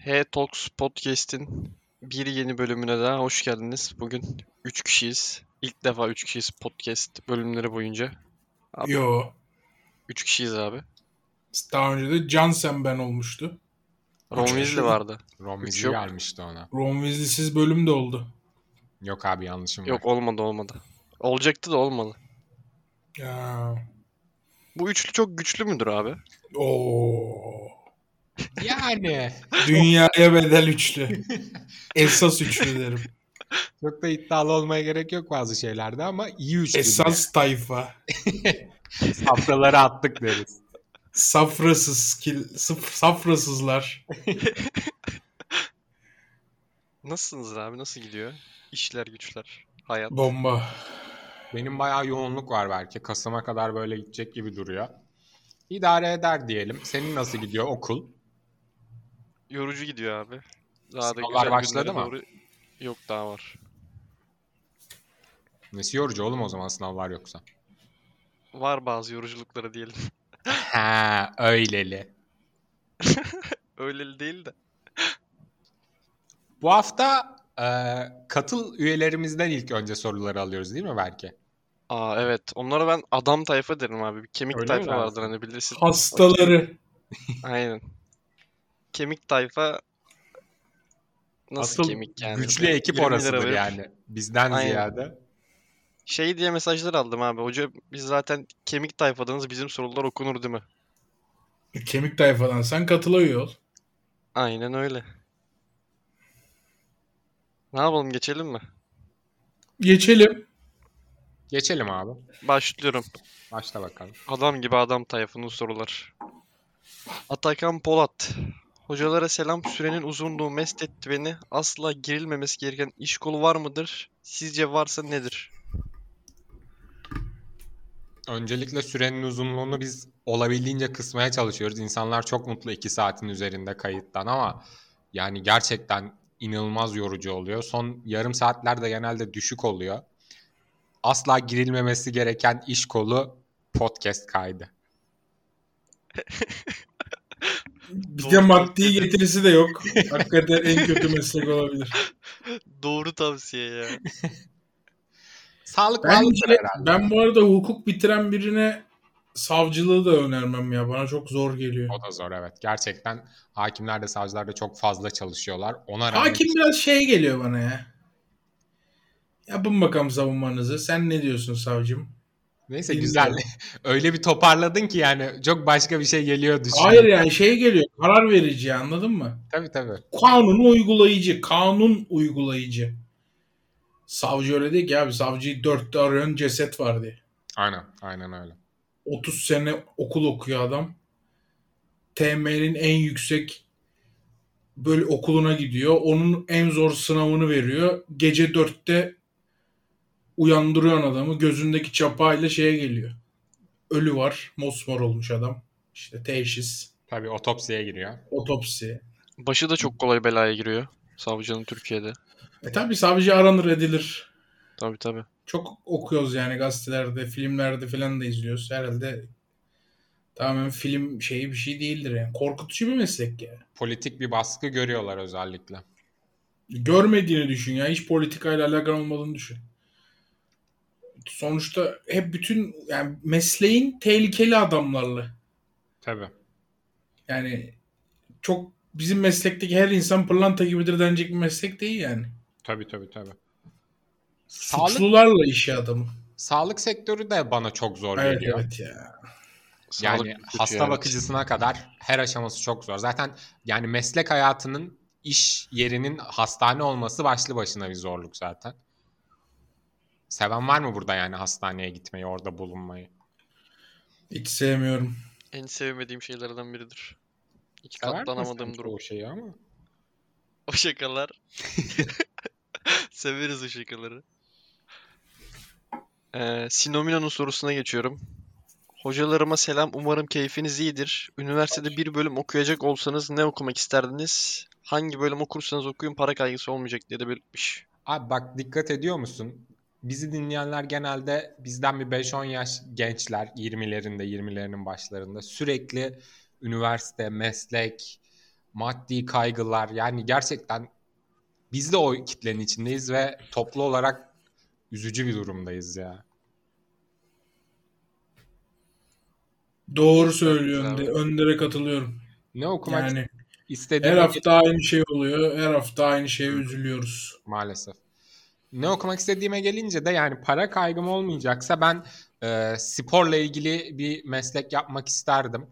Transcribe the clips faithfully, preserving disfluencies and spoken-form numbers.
H-Talks Podcast'in bir yeni bölümüne daha hoş geldiniz. Bugün üç kişiyiz. İlk defa üç kişiyiz podcast bölümleri boyunca. Abi Yo. üç kişiyiz abi. Daha önce de Cansen ben olmuştu. Ron Üç Weasley kişi. vardı. Ron üç Weasley yok. gelmişti ona. Ron Weasley'siz bölüm de oldu. Yok abi yanlışım var. Yok olmadı olmadı. Olacaktı da olmadı. Ya. Bu üçlü çok güçlü müdür abi? Oo. Yani. Dünyaya bedel üçlü. Esas üçlü derim. Çok da iddialı olmaya gerek yok bazı şeylerde ama iyi üçlü. Esas tayfa. Safraları attık deriz. Safrasız kil, sıf- safrasızlar. Nasılsınız abi? Nasıl gidiyor? İşler güçler. Hayat. Bomba. Benim bayağı yoğunluk var belki. Kasım'a kadar böyle gidecek gibi duruyor. İdare eder diyelim. Senin nasıl gidiyor okul? Yorucu gidiyor abi. Daha da Sınavlar güzel başladı günlere mı? doğru yok daha var. Nesi yorucu oğlum o zaman sınavlar yoksa? Var bazı yoruculukları diyelim. Ha öyleli. Öyle değil de. Bu hafta e, katıl üyelerimizden ilk önce soruları alıyoruz değil mi belki? Aa evet. Onlara ben adam tayfa derim abi. Bir kemik Öyle mi tayfa vardır dersin? hani bilirsin. Hastaları. Aynen. Kemik tayfa nasıl Asıl kemik yani? güçlü Bir ekip yirmi lira orasıdır verip- yani. Bizden Aynen. ziyade. Şey diye mesajlar aldım abi. Hoca biz zaten kemik tayfadanız. Bizim sorular okunur değil mi? Kemik tayfadan sen katıla üye ol. Aynen öyle. Ne yapalım geçelim mi? Geçelim. Geçelim abi. Başlıyorum. Başla bakalım. Adam gibi adam tayfanın sorular. Atakan Polat. Hocalara selam. Sürenin uzunluğu mest etti beni. Asla girilmemesi gereken iş kolu var mıdır? Sizce varsa nedir? Öncelikle sürenin uzunluğunu biz olabildiğince kısmaya çalışıyoruz. İnsanlar çok mutlu iki saatin üzerinde kayıttan ama yani gerçekten inanılmaz yorucu oluyor. Son yarım saatler de genelde düşük oluyor. Asla girilmemesi gereken iş kolu podcast kaydı. Bir Doğru de maddi tavsiye. getirisi de yok. Hakikaten en kötü meslek olabilir. Doğru tavsiye ya. Sağlık bağlıdır Bence herhalde. ben bu arada hukuk bitiren birine savcılığı da önermem ya. Bana çok zor geliyor. O da zor evet. Gerçekten hakimler de savcılar da çok fazla çalışıyorlar. Ona rağmen Hakim biraz şey geliyor bana ya. Yapın bakalım savunmanızı. Sen ne diyorsun savcım? neyse Dinliyorum. güzel. Öyle bir toparladın ki yani çok başka bir şey geliyordu şimdi. Hayır yani şey geliyor. Karar verici anladın mı? Tabii tabii. Kanun uygulayıcı. Kanun uygulayıcı. Savcı öyle değil ki abi. Savcıyı dörtte arıyorsun ceset var diye. Aynen. Aynen öyle. otuz sene okul okuyor adam. T M'nin en yüksek böyle okuluna gidiyor. Onun en zor sınavını veriyor. Gece dörtte uyandırıyorsun adamı. Gözündeki çapayla şeye geliyor. Ölü var. Mosmor olmuş adam. İşte teşhis, Tabii otopsiye giriyor. otopsi. Başı da çok kolay belaya giriyor. Savcının Türkiye'de. E tabi savcı aranır edilir. Tabii tabii. Çok okuyoruz yani gazetelerde, filmlerde falan da izliyoruz. Herhalde tamamen film şeyi bir şey değildir yani. Korkutucu bir meslek ya. Politik bir baskı görüyorlar özellikle. Görmediğini düşün ya. Hiç politikayla alakan olmadığını düşün. Sonuçta hep bütün yani mesleğin tehlikeli adamlarla. Tabii. Yani çok bizim meslekteki her insan pırlanta gibidir denecek bir meslek değil yani. Tabii tabii tabii. Sağlık, Suçlularla işi adamı. sağlık sektörü de bana çok zor Evet geliyor. evet ya. Sağlık Yani kötü hasta ya, evet. bakıcısına kadar her aşaması çok zor. Zaten yani meslek hayatının iş yerinin hastane olması başlı başına bir zorluk zaten. Seven var mı burada yani hastaneye gitmeyi, orada bulunmayı? Hiç sevmiyorum. En sevmediğim şeylerden biridir. Hiç Sever misin katlanamadığım durum. çoğu şeyi ama? O şakalar. Severiz o şakaları. Ee, Sinomino'nun sorusuna geçiyorum. Hocalarıma selam. Umarım keyfiniz iyidir. Üniversitede bir bölüm okuyacak olsanız ne okumak isterdiniz? Hangi bölüm okursanız okuyun para kaygısı olmayacak diye de belirtmiş. Abi bak dikkat ediyor musun? Bizi dinleyenler genelde bizden bir beş on yaş gençler, yirmilerinde, yirmilerinin başlarında sürekli üniversite, meslek, maddi kaygılar, yani gerçekten biz de o kitlenin içindeyiz ve toplu olarak üzücü bir durumdayız ya. Doğru Evet söylüyorsun. abi. De, Önder'e katılıyorum. Ne okumak Yani her istediğime hafta aynı şey oluyor. Her hafta aynı şeye Hı, üzülüyoruz. maalesef. Ne okumak istediğime gelince de yani para kaygım olmayacaksa ben e, sporla ilgili bir meslek yapmak isterdim.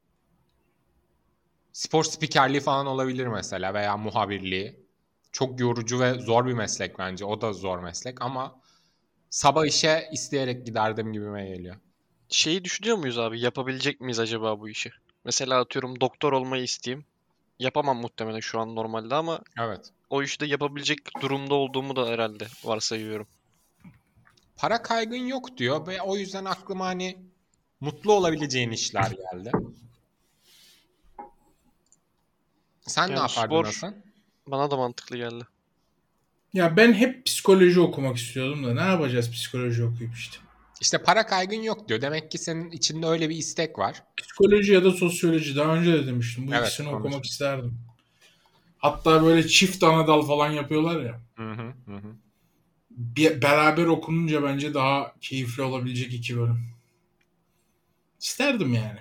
Spor spikerliği falan olabilir mesela veya muhabirliği. Çok yorucu ve zor bir meslek bence. O da zor meslek ama sabah işe isteyerek giderdim gibime geliyor. Şeyi düşünüyor muyuz abi? Yapabilecek miyiz acaba bu işi? Mesela atıyorum doktor olmayı isteyeyim. Yapamam muhtemelen şu an normalde ama Evet. o işi de yapabilecek durumda olduğumu da herhalde varsayıyorum. Para kaygın yok diyor ve o yüzden aklıma hani mutlu olabileceğin işler geldi. Sen ne Yani yapardın spor Hasan? bana da mantıklı geldi. Ya ben hep psikoloji okumak istiyordum da ne yapacağız psikoloji okuyup işte. İşte para kaygın yok diyor. Demek ki senin içinde öyle bir istek var. Psikoloji ya da sosyoloji daha önce de demiştim. Bu Evet, ikisini okumak konuştuk. isterdim. Hatta böyle çift ana dal falan yapıyorlar ya. Hı hı hı. hı. Bir, beraber okununca bence daha keyifli olabilecek iki bölüm. İsterdim yani.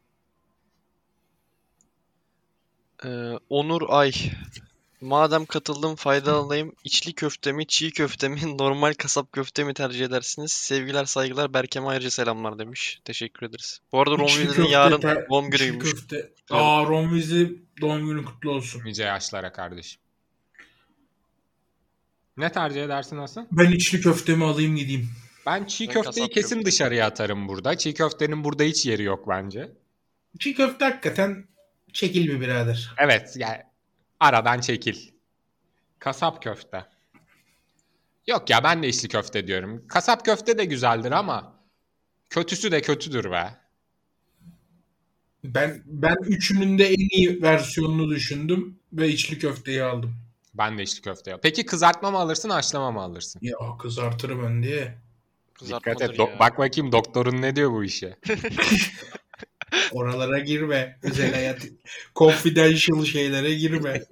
Ee, Onur Ay. Madem katıldım faydalanayım. İçli köfte mi, çiğ köfte mi, normal kasap köfte mi tercih edersiniz? Sevgiler, saygılar. Berke'me ayrıca selamlar demiş. Teşekkür ederiz. Bu arada İçli Romville'nin köfte, yarın ter, doğum içli günüymüş. köfte. Kutlayalım. Aa Ron Weasley doğum günü kutlu olsun. Nice yaşlara kardeşim. Ne tercih edersin Hasan? Ben içli köftemi alayım gideyim. Ben çiğ Ben köfteyi kasap kesin köfte. dışarıya atarım burada. Çiğ köftenin burada hiç yeri yok bence. Çiğ köfte hakikaten çekil bir birader. Evet, yani aradan çekil. Kasap köfte. Yok ya, ben de içli köfte diyorum. Kasap köfte de güzeldir ama kötüsü de kötüdür be. Ben ben üçünün de en iyi versiyonunu düşündüm ve içli köfteyi aldım. Ben de içli köfte yok. Peki kızartma mı alırsın, haşlama mı alırsın? Ya kızartırım ben diye. Dikkat Kızartmadır et. Do- ya. bak bakayım doktorun ne diyor bu işe. Oralara girme. Özel hayat. Confidential şeylere girme.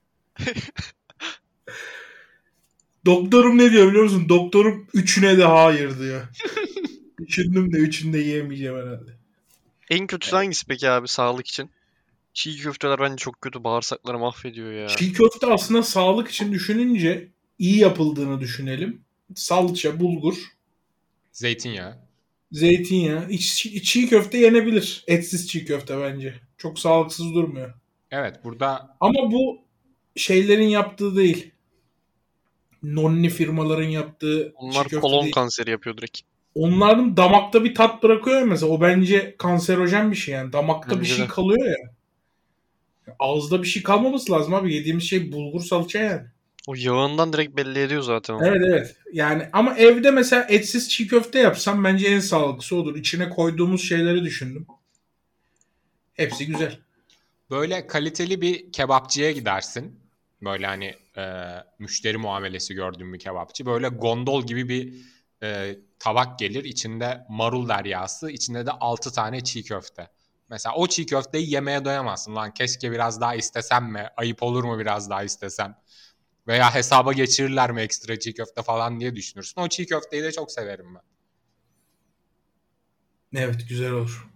Doktorum ne diyor biliyor musun? Doktorum üçüne de hayır diyor. Düşündüm de üçünü de yiyemeyeceğim herhalde. En kötüsü hangisi peki abi sağlık için? Çiğ köfteler bence çok kötü. Bağırsakları mahvediyor ya. Çiğ köfte aslında sağlık için düşününce iyi yapıldığını düşünelim. Salça, bulgur, Zeytinyağı. zeytinyağı. İç, çiğ köfte yenebilir. Etsiz çiğ köfte bence. Çok sağlıksız durmuyor. Evet, burada Ama bu şeylerin yaptığı değil. Nonni firmaların yaptığı çiğ Onlar köfte kolon değil. kanseri yapıyor direkt. Onların damakta bir tat bırakıyor ya mesela. O bence kanserojen bir şey yani. Damakta bir Bence şey de. kalıyor ya. Ağızda bir şey kalmaması lazım abi. Yediğimiz şey bulgur salça yani. O yağından direkt belli ediyor zaten onu. Evet evet. Yani ama evde mesela etsiz çiğ köfte yapsam bence en sağlıklısı odur. İçine koyduğumuz şeyleri düşündüm. Hepsi güzel. böyle kaliteli bir kebapçıya gidersin. Böyle hani e, müşteri muamelesi gördüğün bir kebapçı. Böyle gondol gibi bir e, tabak gelir. İçinde marul deryası, içinde de altı tane çiğ köfte. Mesela o çiğ köfteyi yemeye doyamazsın. Lan keşke biraz daha istesem mi? Ayıp olur mu biraz daha istesem? Veya hesaba geçirirler mi ekstra çiğ köfte falan diye düşünürsün. O çiğ köfteyi de çok severim ben. Evet güzel olur.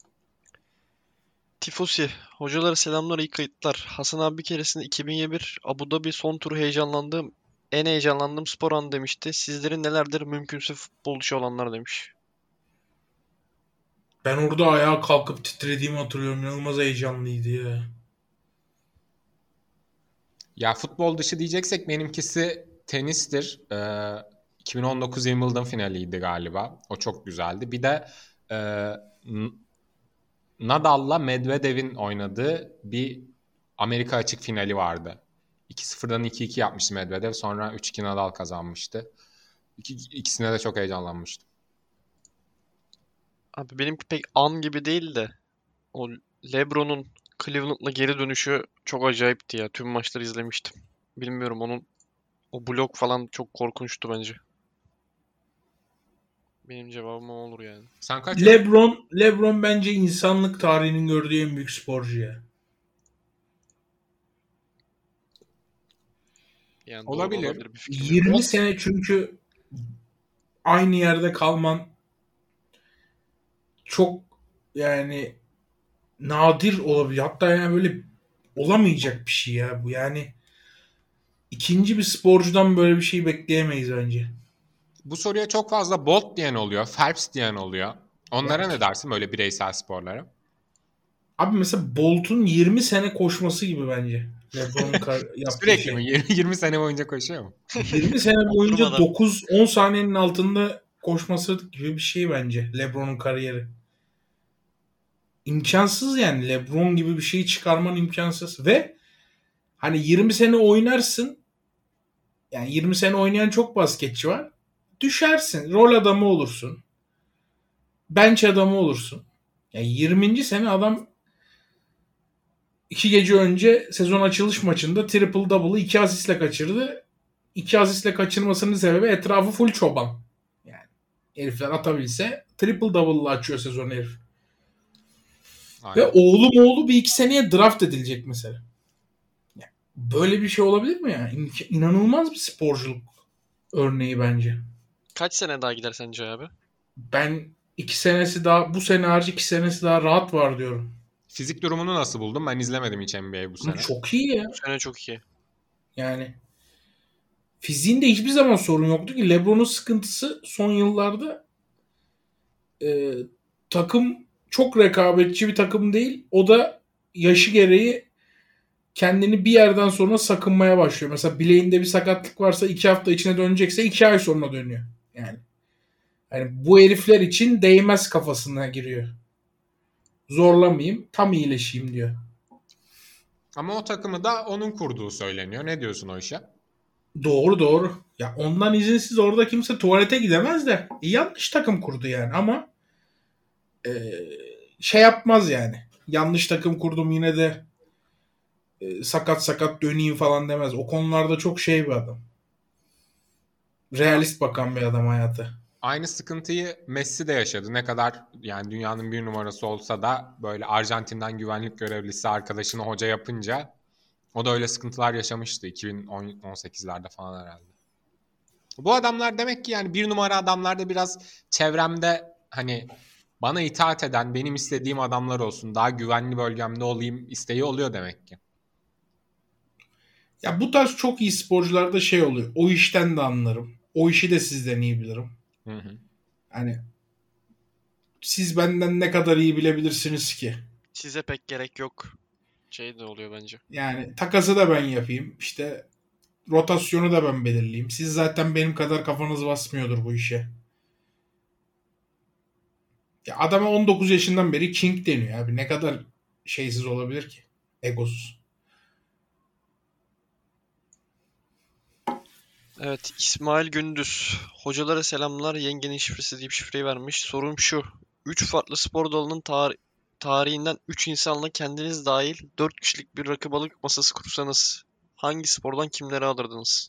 Tifosi. Hocalara selamlar, iyi kayıtlar. Hasan abi bir keresinde iki bin yirmi bir Abu Dhabi son turu heyecanlandığım, en heyecanlandığım spor anı demişti. Sizlerin nelerdir mümkünse futbol dışı olanlar demiş. Ben orada ayağa kalkıp titrediğimi hatırlıyorum. İnanılmaz heyecanlıydı ya. Ya futbol dışı diyeceksek benimkisi tenistir. Ee, iki bin on dokuz Wimbledon finaliydi galiba. O çok güzeldi. Bir de e, Nadal'la Medvedev'in oynadığı bir Amerika açık finali vardı. iki sıfırdan iki iki yapmıştı Medvedev. Sonra üç iki Nadal kazanmıştı. İki, ikisine de çok heyecanlanmıştım. Abi benimki pek an gibi değil de o LeBron'un Cleveland'la geri dönüşü çok acayipti ya. Tüm maçları izlemiştim. Bilmiyorum onun o blok falan çok korkunçtu bence. Benim cevabım o olur yani. Sen kaç yaş? LeBron, LeBron bence insanlık tarihinin gördüğü en büyük sporcu ya. Yani doğru Olabilir. olabilir bir fikrim yok. yirmi sene çünkü aynı yerde kalman çok yani nadir olabilir. Hatta yani böyle olamayacak bir şey ya bu. Yani ikinci bir sporcudan böyle bir şey bekleyemeyiz bence. Bu soruya çok fazla Bolt diyen oluyor, Phelps diyen oluyor. Onlara Yani, ne dersin böyle bireysel sporlara? abi mesela Bolt'un yirmi sene koşması gibi bence. LeBron'un kar- yaptığı Sürekli mi? şey. yirmi yirmi sene boyunca koşuyor mu? yirmi sene boyunca Durmadan. dokuz on saniyenin altında koşması gibi bir şey bence LeBron'un kariyeri. İmkansız yani. LeBron gibi bir şeyi çıkarman imkansız. Ve hani yirmi sene oynarsın. Yani yirmi sene oynayan çok basketçi var. Düşersin. Rol adamı olursun. Bench adamı olursun. Yani yirminci sene adam iki gece önce sezon açılış maçında triple double'ı iki asistle kaçırdı. İki asistle kaçırmasının sebebi etrafı full çoban. Yani herifler atabilse triple double'la açıyor sezon herif. Ve Aynen. oğlu oğlu bir iki seneye draft edilecek mesela. Yani böyle bir şey olabilir mi ya? İmk- İnanılmaz bir sporculuk örneği bence. Kaç sene daha gider sence abi? Ben iki senesi daha bu sene hariç iki senesi daha rahat var diyorum. Fizik durumunu nasıl buldun? Ben izlemedim hiç N B A bu Ama sene. çok iyi ya. Bu sene çok iyi. Yani fiziğinde hiçbir zaman sorun yoktu ki. LeBron'un sıkıntısı son yıllarda e, takım çok rekabetçi bir takım değil. O da yaşı gereği kendini bir yerden sonra sakınmaya başlıyor. Mesela bileğinde bir sakatlık varsa iki hafta içine dönecekse iki ay sonra dönüyor. Yani yani bu herifler için değmez kafasına giriyor. Zorlamayayım, tam iyileşeyim diyor. Ama o takımı da onun kurduğu söyleniyor. Ne diyorsun o işe? Doğru doğru. Ya ondan izinsiz orada kimse tuvalete gidemez de e, yanlış takım kurdu yani ama e, şey yapmaz yani. Yanlış takım kurdum yine de e, sakat sakat döneyim falan demez. O konularda çok şey bir adam. Realist bakan bir adam hayata. Aynı sıkıntıyı Messi de yaşadı. Ne kadar yani dünyanın bir numarası olsa da böyle Arjantin'den güvenlik görevlisi arkadaşını hoca yapınca o da öyle sıkıntılar yaşamıştı iki bin on sekizlerde falan herhalde. Bu adamlar demek ki yani bir numara adamlarda biraz çevremde hani bana itaat eden, benim istediğim adamlar olsun, daha güvenli bölgemde olayım isteği oluyor demek ki. Ya bu tarz çok iyi sporcularda şey oluyor. O işten de anlarım. O işi de sizden iyi bilirim. Hı hı. Hani siz benden ne kadar iyi bilebilirsiniz ki? Size pek gerek yok. Şey de oluyor bence. Yani takası da ben yapayım. İşte rotasyonu da ben belirleyeyim. Siz zaten benim kadar kafanız basmıyordur bu işe. Ya adama on dokuz yaşından beri King deniyor abi. Ne kadar şeysiz olabilir ki? Egosuz. Evet, İsmail Gündüz. Hocalara selamlar. Yengenin şifresi deyip şifreyi vermiş. Sorum şu. Üç farklı spor dalının tar- tarihinden üç insanla kendiniz dahil dört kişilik bir rakı balık masası kursanız hangi spordan kimleri alırdınız?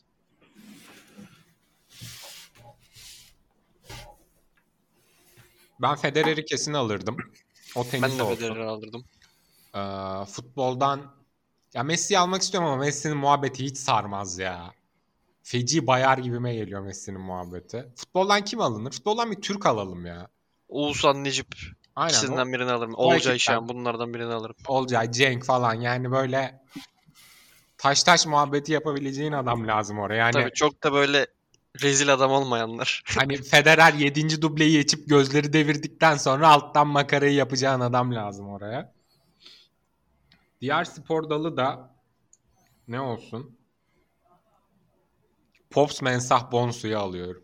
Ben Federer'i kesin alırdım. O Ben tenis de olsun. Federer'i alırdım. Ee, futboldan ya Messi'yi almak istiyorum ama Messi'nin muhabbeti hiç sarmaz ya. Feci bayar gibime geliyor Messi'nin muhabbeti. Futboldan kim alınır? Futboldan bir Türk alalım ya. Oğuzhan, Necip. Aynen o, İkisinden birini alırım. o Olcay ekipten. Şahan bunlardan birini alırım. Olcay, Cenk falan yani böyle taş taş muhabbeti yapabileceğin adam lazım oraya. Yani Tabii çok da böyle rezil adam olmayanlar. hani Federer yedinci dubleyi geçip gözleri devirdikten sonra alttan makarayı yapacağın adam lazım oraya. Diğer spor dalı da ne olsun? Pops Mensah Bonsu'yu alıyorum.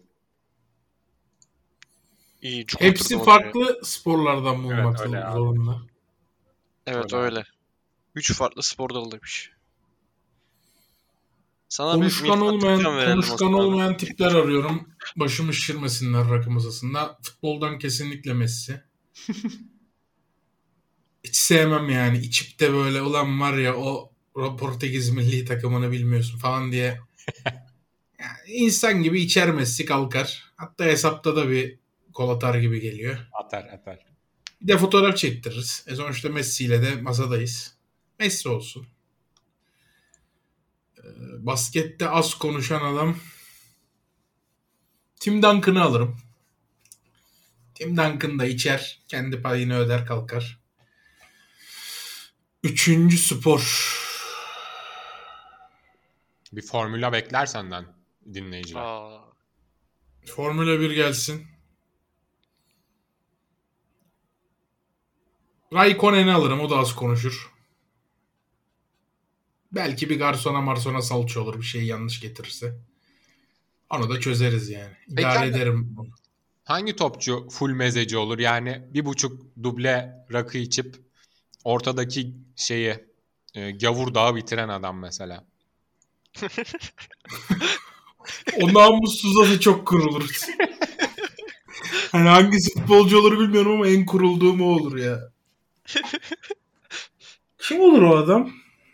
İyi, çok Hepsi oturdum oraya. farklı sporlardan Evet, bulmak öyle abi. zorunda. Evet Öyle öyle. Üç farklı spor dalıymış. Sana bir Konuşkan Mirfat olmayan, Türkkan verelim o konuşkan zaman abi. olmayan tipler arıyorum. Başımı şişirmesinler rakı masasında. Futboldan kesinlikle Messi. Hiç sevmem yani. İçip de böyle ulan var ya o Portekiz milli takımını bilmiyorsun falan diye. Yani insan gibi içer Messi kalkar. Hatta hesapta da bir kol atar gibi geliyor. Atar atar. Bir de fotoğraf çektiririz. E sonuçta Messi ile de masadayız. Messi olsun. baskette az konuşan adam. Tim Duncan'ı alırım. Tim Duncan da içer. Kendi payını öder kalkar. Üçüncü spor. Bir formüla bekler senden dinleyiciler. Aa, Formula bir gelsin. Raikkonen'i alırım. O da az konuşur. Belki bir garsona marsona salça olur. Bir şey yanlış getirirse. Onu da çözeriz yani. Peki İdare abi- ederim bunu. Hangi topçu full mezeci olur? Yani bir buçuk duble rakı içip ortadaki şeyi e, gavur dağı bitiren adam mesela. O namussuz da çok kurulur. Hani hangisi futbolcu olur bilmiyorum ama en kurulduğum o olur ya. Kim olur o adam?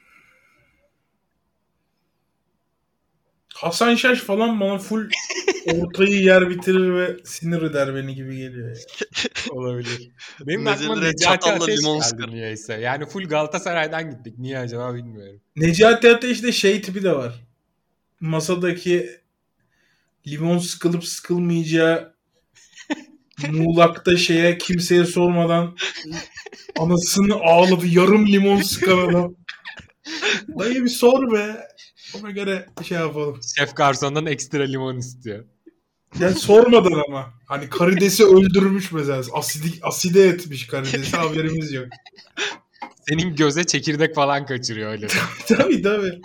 Hasan Şaş falan bana full ortayı yer bitirir ve sinir eder beni gibi geliyor ya. Olabilir. Benim aklıma Mezelere Necati çatalla Ateş limon geldi sıkar. niyeyse. Yani full Galatasaray'dan gittik. Niye acaba bilmiyorum. Necati Ateş'te şey tipi de var. Masadaki limon sıkılıp sıkılmayacağı muğlakta şeye kimseye sormadan anasını ağladı. Yarım limon sıkan adam. Dayı bir sor be. Ona göre şey yapalım. Şef garsondan ekstra limon istiyor. Yani sormadan ama. Hani karidesi öldürmüş mesela. Asidi, aside etmiş karidesi. Haberimiz yok. Senin göze çekirdek falan kaçırıyor öyle. Tabii tabii.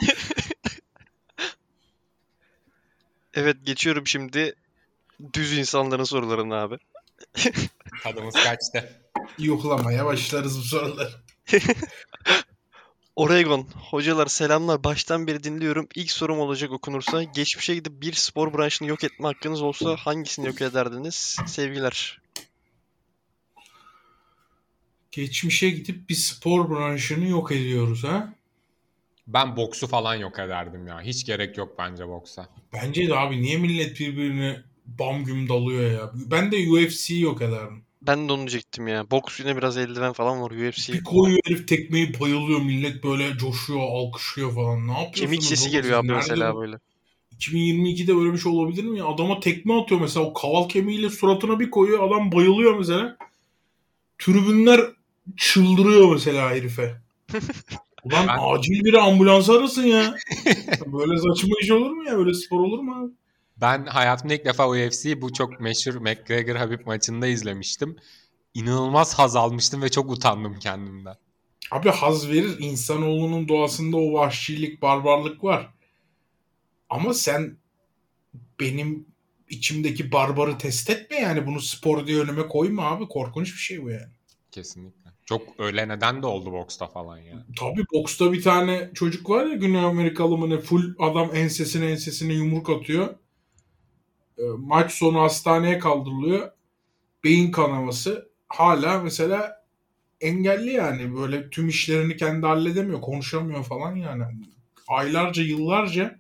evet, geçiyorum şimdi düz insanların sorularına abi. Tadımız kaçtı. Yuhlamaya başlarız bu sorular. Oregon. Hocalar selamlar. Baştan beri dinliyorum. İlk sorum olacak okunursa. Geçmişe gidip bir spor branşını yok etme hakkınız olsa hangisini yok ederdiniz? Sevgiler. Geçmişe gidip bir spor branşını yok ediyoruz ha. Ben boksu falan yok ederdim ya. Hiç gerek yok bence boksa. Bence de abi niye millet birbirine bam güm dalıyor ya. Ben de U F C'yi yok ederdim. Ben de onu diyecektim ya. Boks yine biraz eldiven falan var. U F C. Bir koyuyor herif tekmeyi bayılıyor. Millet böyle coşuyor, alkışlıyor falan. Ne yapıyorsunuz? Kemik sesi oğlum geliyor siz? abi Nerede mesela bu? böyle. iki bin yirmi ikide böyle bir şey olabilir mi ya? Adama tekme atıyor mesela. O kaval kemiğiyle suratına bir koyuyor. Adam bayılıyor mesela. Tribünler çıldırıyor mesela herife. Ulan Ben- acil biri ambulans arasın ya. Böyle saçma iş olur mu ya? Böyle spor olur mu abi? Ben hayatımda ilk defa U F C bu çok meşhur McGregor Habib maçında izlemiştim. İnanılmaz haz almıştım ve çok utandım kendimden. Abi haz verir. İnsanoğlunun doğasında o vahşilik, barbarlık var. Ama sen benim içimdeki barbarı test etme yani. Bunu spor diye önüme koyma abi. Korkunç bir şey bu yani. Kesinlikle. Çok öyle neden de oldu boksta falan ya. Tabii boksta bir tane çocuk var ya, Güney Amerikalı mı ne, full adam ensesine ensesine yumruk atıyor. E, maç sonu hastaneye kaldırılıyor. Beyin kanaması. Hala mesela engelli yani. Böyle tüm işlerini kendi halledemiyor. Konuşamıyor falan yani. Aylarca yıllarca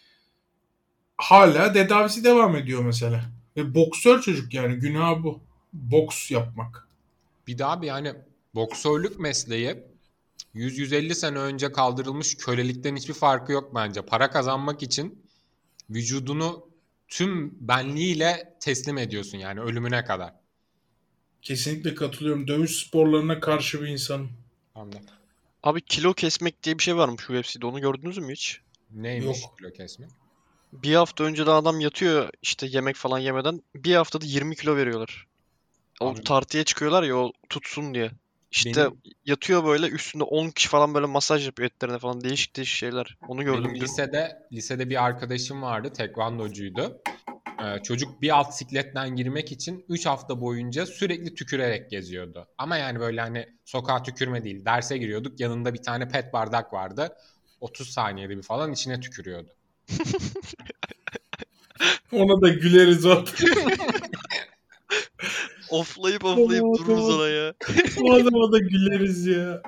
hala tedavisi devam ediyor mesela. Ve boksör çocuk yani. Günah bu. Boks yapmak. Bir daha bir yani boksörlük mesleği yüz yüz elli sene önce kaldırılmış kölelikten hiçbir farkı yok bence. Para kazanmak için vücudunu tüm benliğiyle teslim ediyorsun yani ölümüne kadar. Kesinlikle katılıyorum. Dövüş sporlarına karşı bir insanım. Anladım. Abi kilo kesmek diye bir şey varmış U F C'de. Onu gördünüz mü hiç? Neymiş Yok. kilo kesme? Bir hafta önceden adam yatıyor işte yemek falan yemeden. Bir haftada yirmi kilo veriyorlar. O Abi- tartıya çıkıyorlar ya o tutsun diye. İşte Benim- yatıyor böyle üstünde on kişi falan böyle masaj yapıyor etlerine falan. Değişik değişik şeyler. Onu gördüm. Benim dün. lisede lisede bir arkadaşım vardı, tekvandocuydu. Ee, çocuk bir alt sikletten girmek için üç hafta boyunca sürekli tükürerek geziyordu. Ama yani böyle hani sokağa tükürme değil. Derse giriyorduk. Yanında bir tane pet bardak vardı. otuz saniyede bir falan içine tükürüyordu. Ona da güleriz zaten. Oflayıp oflayıp Oo, dururuz tamam. ona ya. O adama da güleriz ya.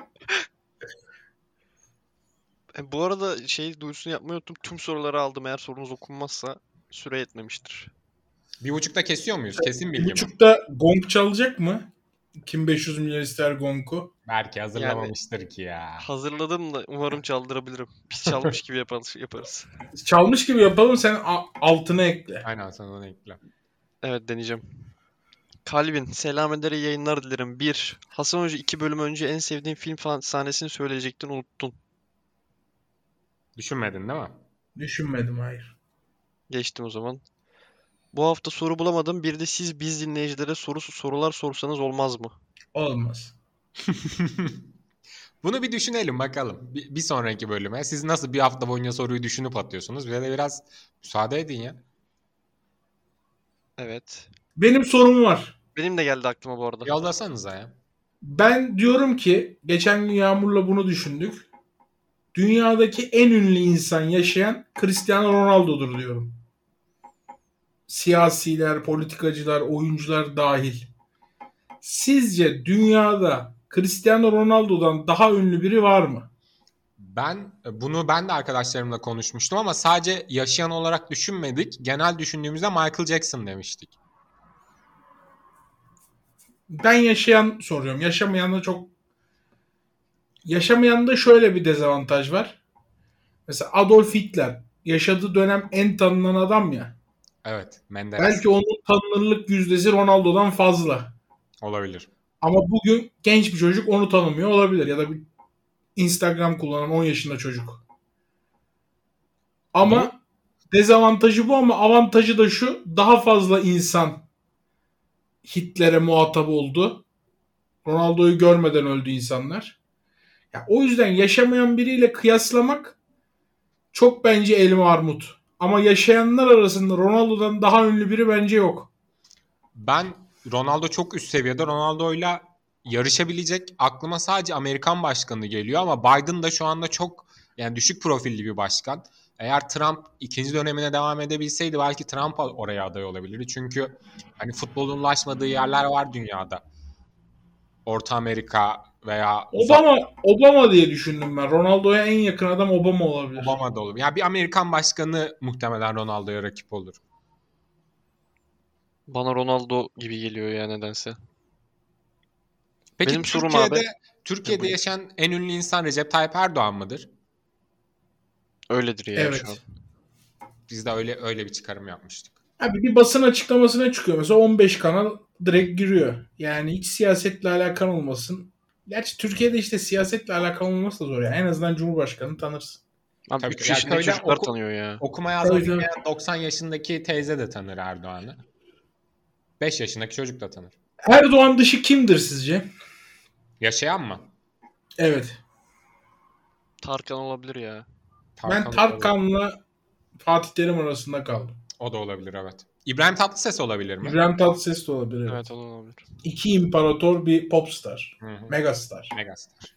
E, bu arada şey duyurusunu yapmayı unuttum. Tüm soruları aldım. Eğer sorunuz okunmazsa süre yetmemiştir. Bir buçukta kesiyor muyuz? Kesin Bir bilgi mi? buçukta gong çalacak mı? Kim beş yüz milyon ister Gonku? Belki hazırlamamıştır ki ya. Hazırladım da umarım çaldırabilirim. Biz çalmış gibi yaparız. yaparız. Çalmış gibi yapalım, sen a- altına ekle. Aynen, sen onu ekle. Evet, deneyeceğim. Kalbin, selam ederek yayınlar dilerim. bir. Hasan Hoca iki bölüm önce en sevdiğin film fa- sahnesini söyleyecektin, unuttun. Düşünmedin değil mi? Düşünmedim, hayır. Geçtim o zaman. Bu hafta soru bulamadım. Bir de siz biz dinleyicilere soru sorular sorsanız olmaz mı? Olmaz. Bunu bir düşünelim bakalım. Bir, bir sonraki bölüme. Siz nasıl bir hafta boyunca soruyu düşünüp atıyorsunuz? Bize de biraz müsaade edin ya. Evet. Benim sorum var. Benim de geldi aklıma bu arada. Yollasanıza ya. Ben diyorum ki, geçen gün Yağmur'la bunu düşündük. Dünyadaki en ünlü insan yaşayan Cristiano Ronaldo'dur diyorum. Siyasiler, politikacılar, oyuncular dahil. Sizce dünyada Cristiano Ronaldo'dan daha ünlü biri var mı? Ben bunu ben de arkadaşlarımla konuşmuştum ama sadece yaşayan olarak düşünmedik. Genel düşündüğümüzde Michael Jackson demiştik. Ben yaşayan soruyorum. Yaşamayan da çok... Yaşamayan da şöyle bir dezavantaj var. Mesela Adolf Hitler yaşadığı dönem en tanınan adam ya. Evet, Menderes Belki onun tanınırlık yüzdesi Ronaldo'dan fazla. olabilir. Ama bugün genç bir çocuk onu tanımıyor olabilir. Ya da bir Instagram kullanan on yaşında çocuk. Ama dezavantajı bu, ama avantajı da şu: daha fazla insan Hitler'e muhatap oldu. Ronaldo'yu görmeden öldü insanlar. Ya, o yüzden yaşamayan biriyle kıyaslamak çok bence elma armut. Ama yaşayanlar arasında Ronaldo'dan daha ünlü biri bence yok. Ben Ronaldo çok üst seviyede. Ronaldo'yla yarışabilecek aklıma sadece Amerikan başkanı geliyor ama Biden da şu anda çok yani düşük profilli bir başkan. Eğer Trump ikinci dönemine devam edebilseydi belki Trump oraya aday olabilirdi. Çünkü hani futbolun ulaşmadığı yerler var dünyada. Orta Amerika veya uzak Obama Obama diye düşündüm ben. Ronaldo'ya en yakın adam Obama olabilir. Obama da olur. Yani bir Amerikan başkanı muhtemelen Ronaldo'ya rakip olur. Bana Ronaldo gibi geliyor ya nedense. Peki Benim sorum Türkiye'de abi. Türkiye'de Buyur. yaşayan en ünlü insan Recep Tayyip Erdoğan mıdır? Öyledir ya Evet. şu an. Biz de öyle öyle bir çıkarım yapmıştık. Abi bir basın açıklamasına çıkıyor. Mesela on beş kanal direkt giriyor. Yani hiç siyasetle alakalı olmasın. Gerçi Türkiye'de işte siyasetle alakalı olması da zor ya. En azından Cumhurbaşkanı tanırsın. Abi Tabii, üç ya yaşındaki köyden çocuklar oku- tanıyor ya. Okuma yazma Tabii, tabii. bilmeyen doksan yaşındaki teyze de tanır Erdoğan'ı. beş yaşındaki çocuk da tanır. Erdoğan dışı kimdir sizce? Yaşayan mı? Evet. Tarkan olabilir ya. Ben Tarkan olabilir. Tarkan'la Fatih Terim arasında kaldım. O da olabilir, evet. İbrahim Tatlıses olabilir mi? İbrahim Tatlıses de olabilir. Evet. Evet, o da olabilir. İki imparator, bir popstar. Hı hı. Megastar. Megastar.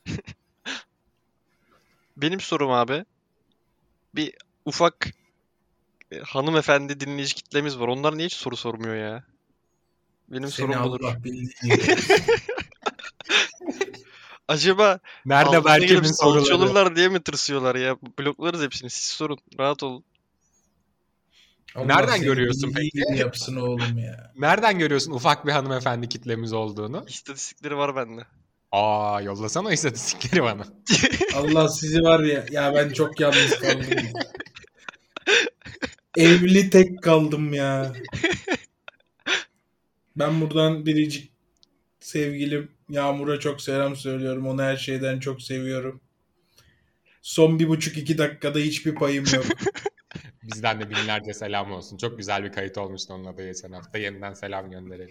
Benim sorum abi. Bir ufak e, hanımefendi dinleyici kitlemiz var. Onlar niye hiç soru sormuyor ya? Benim Seni sorum budur. Allah bildiği gibi. Acaba Nerede altına gelip Berkem'in salça soruları? olurlar diye mi tırsıyorlar ya? Bloklarız hepsini. Siz sorun. Rahat olun. Allah Nereden seni görüyorsun bildiği peki? gibi yapsın oğlum ya. Nereden görüyorsun ufak bir hanımefendi kitlemiz olduğunu? İstatistikleri var bende. Aa, yollasana istatistikleri bana. Allah sizi var ya. Ya ben çok yalnız kaldım. Evli tek kaldım ya. Ben buradan biricik sevgilim Yağmur'a çok selam söylüyorum. Onu her şeyden çok seviyorum. Son bir buçuk iki dakikada hiçbir payım yok. Bizden de binlerce selam olsun. Çok güzel bir kayıt olmuştu onunla da geçen hafta. Yeniden selam gönderelim.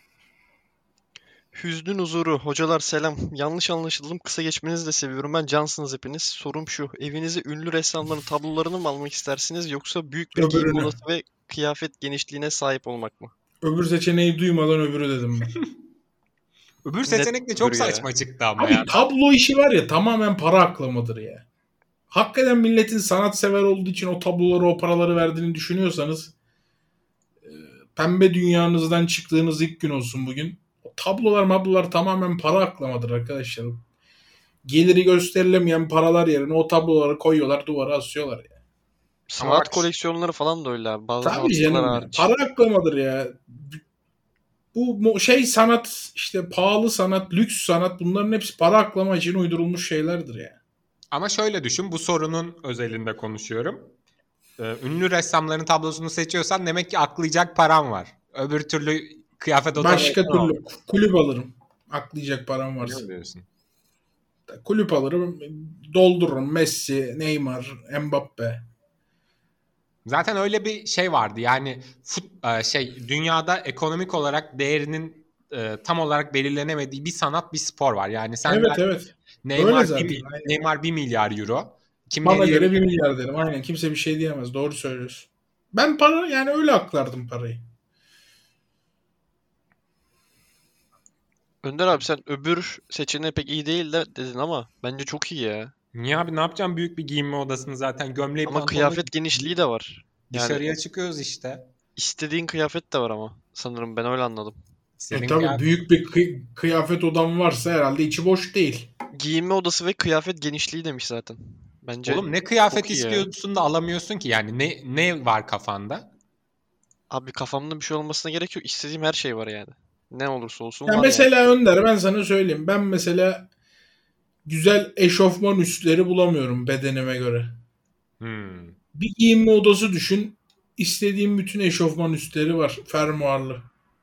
Hüznün huzuru. Hocalar selam. Yanlış anlaşıldım. Kısa geçmenizi de seviyorum. Ben cansınız hepiniz. Sorum şu. Evinize ünlü ressamların tablolarını mı almak istersiniz yoksa büyük bir giyim Öbürünü. odası ve kıyafet genişliğine sahip olmak mı? Öbür seçeneği duymadan öbürü dedim ben. Öbür seçenek de çok öbürü ya. saçma çıktı ama Abi ya. tablo işi var ya, tamamen para aklamadır ya. Hakikaten milletin sanatsever olduğu için o tabloları, o paraları verdiğini düşünüyorsanız e, pembe dünyanızdan çıktığınız ilk gün olsun bugün. O tablolar mablolar tamamen para aklamadır arkadaşlar. Geliri gösterilemeyen paralar yerine o tabloları koyuyorlar, duvara asıyorlar ya. Sanat bak- koleksiyonları falan da öyle abi. Bazı Tabii sanatçılar canım ya. hariç. Para aklamadır ya. Bu mo- şey sanat, işte pahalı sanat, lüks sanat, bunların hepsi para aklama için uydurulmuş şeylerdir ya. Ama şöyle düşün, bu sorunun özelinde konuşuyorum. Ee, ünlü ressamların tablosunu seçiyorsan demek ki aklayacak param var. Öbür türlü kıyafet odaları Başka ne türlü olur? kulüp alırım. Aklayacak param varsa. Ne diyorsun? Kulüp alırım, doldururum. Messi, Neymar, Mbappe. Zaten öyle bir şey vardı. Yani fut, e, şey dünyada ekonomik olarak değerinin e, tam olarak belirlenemediği bir sanat, bir spor var. Yani sen Evet der, evet. Öyle Neymar zaten. bir, Aynen. Neymar bir milyar euro. Kim Bana ne göre bir diyebilir? milyar derim. Aynen, kimse bir şey diyemez. Doğru söylüyorsun. Ben para, yani öyle aklardım parayı. Önder abi sen öbür seçeneği pek iyi değil de dedin ama bence çok iyi ya. Niye abi, ne yapacağım büyük bir giyinme odasını zaten, gömleği Ama pantolonu kıyafet genişliği de var. Yani dışarıya çıkıyoruz işte. istediğin kıyafet de var ama sanırım ben öyle anladım. E İstediğin tabii, kıyafet. büyük bir kıy- kıyafet odam varsa herhalde içi boş değil. Giyinme odası ve kıyafet genişliği demiş zaten. Bence Oğlum ne kıyafet çok iyi ya. istiyorsun da alamıyorsun ki, yani ne ne var kafanda? Abi kafamda bir şey olmasına gerek yok. İstediğim her şey var yani. Ne olursa olsun Ya var yani. mesela Önder, ben sana söyleyeyim. Ben mesela güzel eşofman üstleri bulamıyorum bedenime göre. Hmm. Bir giyinme odası düşün. İstediğim bütün eşofman üstleri var. Fermuarlı.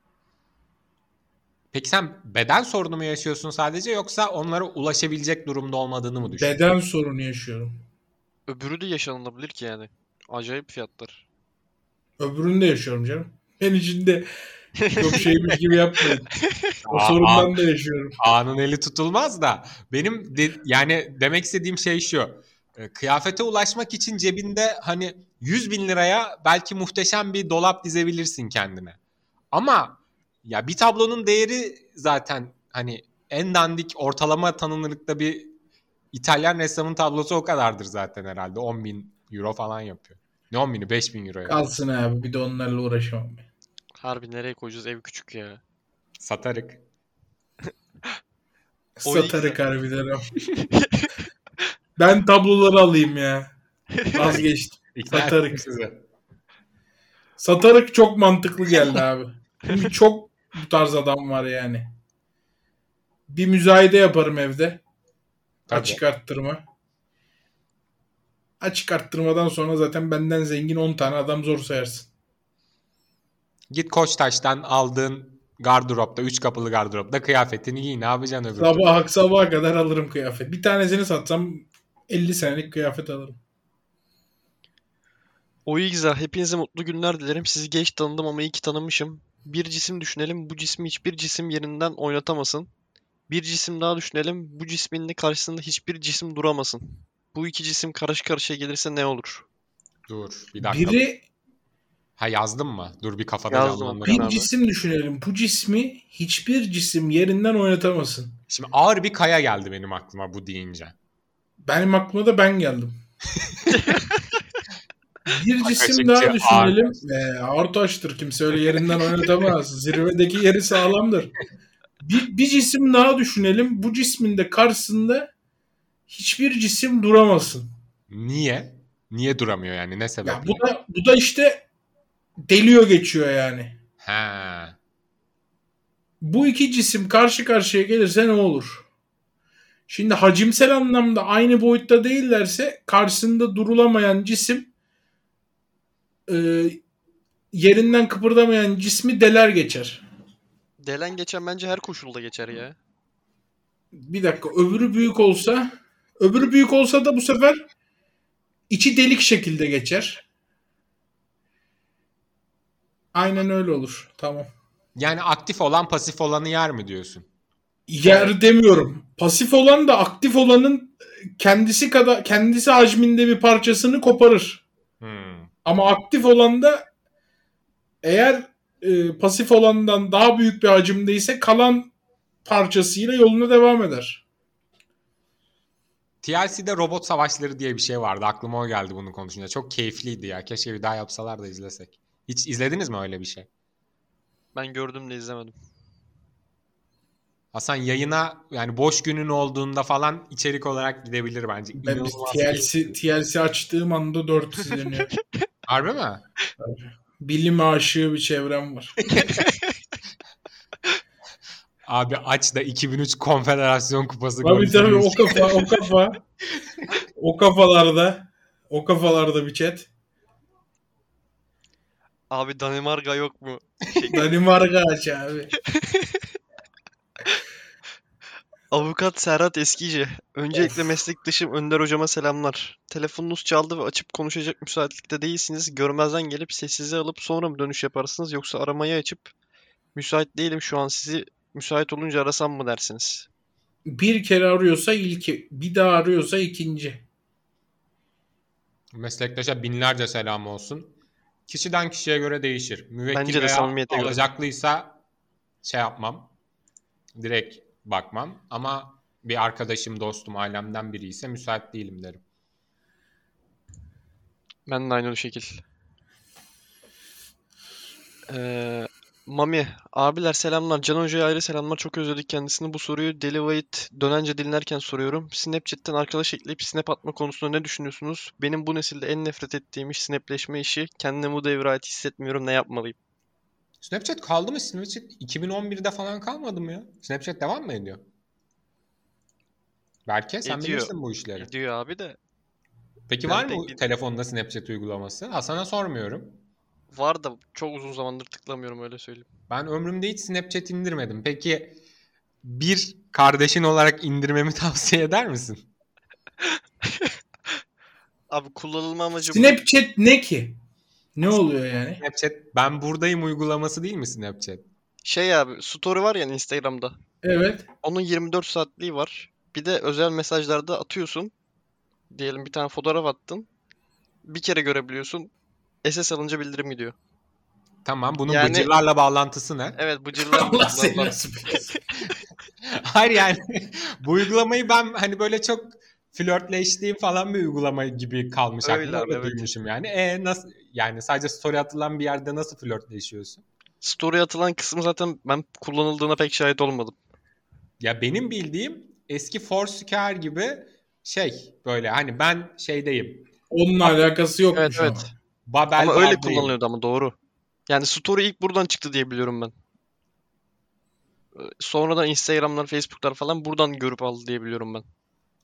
Peki sen beden sorunu mu yaşıyorsun sadece, yoksa onlara ulaşabilecek durumda olmadığını mı düşünüyorsun? Beden sorunu yaşıyorum. Öbürü de yaşanılabilir ki yani. Acayip fiyatlar. Öbürünü de yaşıyorum canım. Ben içinde çok şeymiş gibi yapmayın. O Aa, sorundan da yaşıyorum. Ağanın eli tutulmaz da benim de, yani demek istediğim şey şu. E, Kıyafete ulaşmak için cebinde hani yüz bin liraya belki muhteşem bir dolap dizebilirsin kendine. Ama ya bir tablonun değeri zaten hani en dandik ortalama tanınırlıkta bir İtalyan ressamın tablosu o kadardır zaten herhalde. on bin euro falan yapıyor. Ne on bini? beş bin euro yapıyor. Kalsın abi, bir de onlarla uğraşamam. Harbi nereye koyacağız? Ev küçük ya. Satarık. O iyi Satarık harbiden o. Ben tabloları alayım ya. Vazgeçtim. İkna ettim Satarık. sizi. Satarık çok mantıklı geldi abi. Çünkü çok bu tarz adam var yani. Bir müzayede yaparım evde. Tabii. Açık arttırma. Açık arttırmadan sonra zaten benden zengin on tane adam zor sayarsın. Git Koçtaş'tan aldığın gardıropta, üç kapılı gardıropta kıyafetini giy. Ne yapacaksın öbür türlü? Sabah sabaha kadar alırım kıyafet. Bir tanesini satsam elli senelik kıyafet alırım. O iyi güzel. Hepinize mutlu günler dilerim. Sizi geç tanıdım ama iyi ki tanımışım. Bir cisim düşünelim. Bu cismi hiçbir cisim yerinden oynatamasın. Bir cisim daha düşünelim. Bu cismin de karşısında hiçbir cisim duramasın. Bu iki cisim karşı karşıya gelirse ne olur? Dur bir dakika. Biri, Ha, yazdın mı? Dur bir kafada Yazdım, canlandıralım. bir abi. cisim düşünelim. Bu cismi hiçbir cisim yerinden oynatamasın. Şimdi ağır bir kaya geldi benim aklıma bu deyince. Benim aklıma da ben geldim. Bir cisim Kaçıkçı, daha ağır düşünelim. Ee, ağır taştır. Kimse öyle yerinden oynatamaz. Zirvedeki yeri sağlamdır. Bir, bir cisim daha düşünelim. Bu cismin de karşısında hiçbir cisim duramasın. Niye? Niye duramıyor yani? Ne Ya sebeple? bu da bu da işte deliyor geçiyor yani. Ha. Bu iki cisim karşı karşıya gelirse ne olur? Şimdi hacimsel anlamda aynı boyutta değillerse karşısında durulamayan cisim e, yerinden kıpırdamayan cismi deler geçer. Delen geçen bence her koşulda geçer ya. Bir dakika, öbürü büyük olsa öbürü büyük olsa da bu sefer içi delik şekilde geçer. Aynen öyle olur. Tamam. Yani aktif olan pasif olanı yer mi diyorsun? Yer demiyorum. Pasif olan da aktif olanın kendisi kadar kendisi hacminde bir parçasını koparır. Hmm. Ama aktif olan da eğer e, pasif olandan daha büyük bir hacimdeyse kalan parçasıyla yoluna devam eder. T L C'de robot savaşları diye bir şey vardı. Aklıma o geldi bunu konuşunca. Çok keyifliydi ya. Keşke bir daha yapsalar da izlesek. Hiç izlediniz mi öyle bir şey? Ben gördüm de izlemedim. Hasan, yayına yani boş günün olduğunda falan içerik olarak gidebilir bence. Ben biz İnanılmaz T L C, keyifli. T L C açtığım anda dört izleniyor. Harbi mi? Bilim aşığı bir çevrem var. Abi aç da iki bin üç Konfederasyon Kupası Tabii golcüsü tabii, o bir- kafa o kafa o kafalarda o kafalarda bir chat. Abi Danimarka yok mu? Şeklinde. Danimarka aç abi. Avukat Serhat Eskici. Öncelikle Of. meslektaşım Önder hocama selamlar. Telefonunuz çaldı ve açıp konuşacak müsaitlikte değilsiniz. Görmezden gelip sessize alıp sonra mı dönüş yaparsınız yoksa aramayı açıp müsait değilim şu an sizi müsait olunca arasam mı dersiniz? Bir kere arıyorsa ilki, bir daha arıyorsa ikinci. Meslektaşa binlerce selam olsun. Kişiden kişiye göre değişir. Müvekkil Bence de veya samimiyete göre. alacaklıysa şey yapmam. Direkt bakmam. Ama bir arkadaşım, dostum, ailemden biri ise müsait değilim derim. Ben de aynı o şekil. Ee, Mami, abiler selamlar. Can Hoca'ya ayrı selamlar. Çok özledik kendisini. Bu soruyu Deli White dönence dinlerken soruyorum. Snapchat'ten arkadaş ekleyip snap atma konusunda ne düşünüyorsunuz? Benim bu nesilde en nefret ettiğim iş snapleşme işi. Kendimi bu devre ait hissetmiyorum. Ne yapmalıyım? Snapchat kaldı mı? Snapchat iki bin on birde falan kalmadı mı ya? Snapchat devam mı ediyor? Berke sen Ediyor. bilirsin bu işleri. Ediyor abi de. Peki Ben var pek mı din- telefonda Snapchat uygulaması? Ha, sana sormuyorum. Var da çok uzun zamandır tıklamıyorum öyle söyleyeyim. Ben ömrümde hiç Snapchat indirmedim. Peki bir kardeşin olarak indirmemi tavsiye eder misin? Abi kullanılma amacı bu. Snapchat ne ki? Ne oluyor yani? Snapchat ben buradayım uygulaması değil mi Snapchat? Şey abi, story var ya Instagram'da. Evet. Onun yirmi dört saatliği var. Bir de özel mesajlarda atıyorsun. Diyelim bir tane fotoğraf attın. Bir kere görebiliyorsun. S S alınca bildirim gidiyor. Tamam, bunun Yani bıcırlarla bağlantısı ne? evet, bıcırlarla Allah seni kullanılan. nasip etsin. Hayır yani bu uygulamayı ben hani böyle çok flörtleştiğim falan bir uygulama gibi kalmış Öyle aklımda, abi, öyle evet. duymuşum yani. E nasıl yani sadece story atılan bir yerde nasıl flörtleşiyorsun? Story atılan kısmı zaten ben kullanıldığına pek şahit olmadım. Ya benim bildiğim eski Foursquare gibi şey böyle hani ben şeydeyim. Onunla alakası Evet yokmuş evet. ama. Babel Ama öyle Bağ'dayım. kullanılıyordu ama doğru. Yani story ilk buradan çıktı diye biliyorum ben. Ee, Sonradan Instagram'lar, Facebook'lar falan buradan görüp aldı diye biliyorum ben.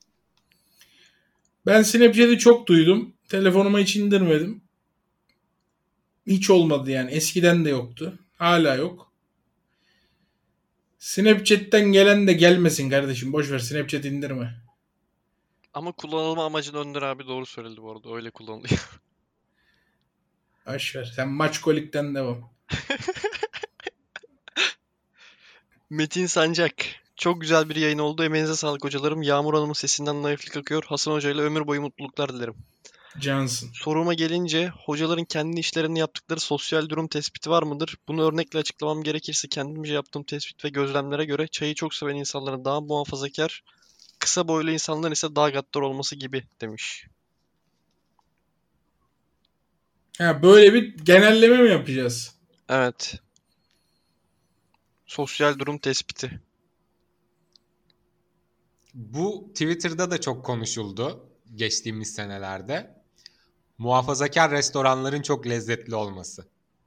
Ben Snapchat'i çok duydum. Telefonuma hiç indirmedim. Hiç olmadı yani. Eskiden de yoktu. Hala yok. Snapchat'ten gelen de gelmesin kardeşim. Boş ver, Snapchat indirme. Ama kullanılma amacını Önder abi doğru söyledi bu arada. Öyle kullanılıyor. Boş ver. Sen Maçkolik'ten devam. Metin Sancak. Çok güzel bir yayın oldu. Emeğinize sağlık hocalarım. Yağmur Hanım'ın sesinden naiflik akıyor. Hasan Hoca ile ömür boyu mutluluklar dilerim. Cansın. Soruma gelince hocaların kendi işlerinde yaptıkları sosyal durum tespiti var mıdır? Bunu örnekle açıklamam gerekirse kendimce yaptığım tespit ve gözlemlere göre çayı çok seven insanların daha muhafazakar, kısa boylu insanların ise daha gaddar olması gibi demiş. Ha, böyle bir genelleme mi yapacağız? Evet. Sosyal durum tespiti. Bu Twitter'da da çok konuşuldu geçtiğimiz senelerde. Muhafazakar restoranların çok lezzetli olması.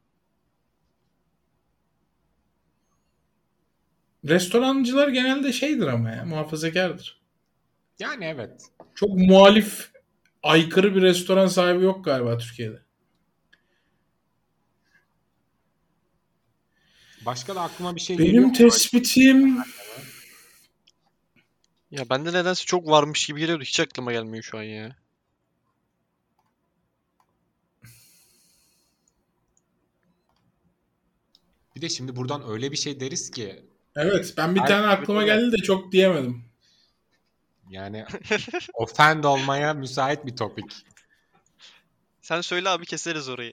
Restorancılar genelde şeydir ama ya, muhafazakardır. Yani evet. Çok muhalif, aykırı bir restoran sahibi yok galiba Türkiye'de. Başka da aklıma bir şey geliyor Benim mu? tespitim Ya bende nedense çok varmış gibi geliyordu. Hiç aklıma gelmiyor şu an ya. Bir de şimdi buradan öyle bir şey deriz ki evet, ben bir Ay, tane aklıma evet. geldi de çok diyemedim. yani offend olmaya müsait bir topik. Sen söyle abi, keseriz orayı.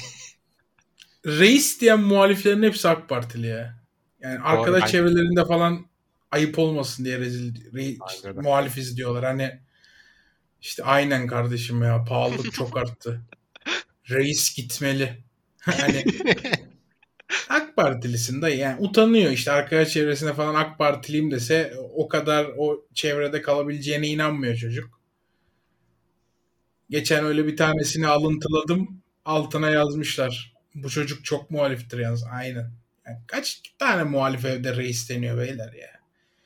Reis diyen muhaliflerin hepsi AK Partili ya. Yani arkadaş ben- çevrelerinde falan ayıp olmasın diye rezil re- Bence de. muhalifiz diyorlar. Hani işte aynen kardeşim ya, pahalılık çok arttı. Reis gitmeli. Hani AK Partilisin dayı, yani utanıyor işte, arkadaş çevresine falan AK Partiliyim dese o kadar o çevrede kalabileceğine inanmıyor çocuk. Geçen öyle bir tanesini alıntıladım, altına yazmışlar. Bu çocuk çok muhaliftir yalnız, aynen. Yani kaç tane muhalif evde reis deniyor beyler ya.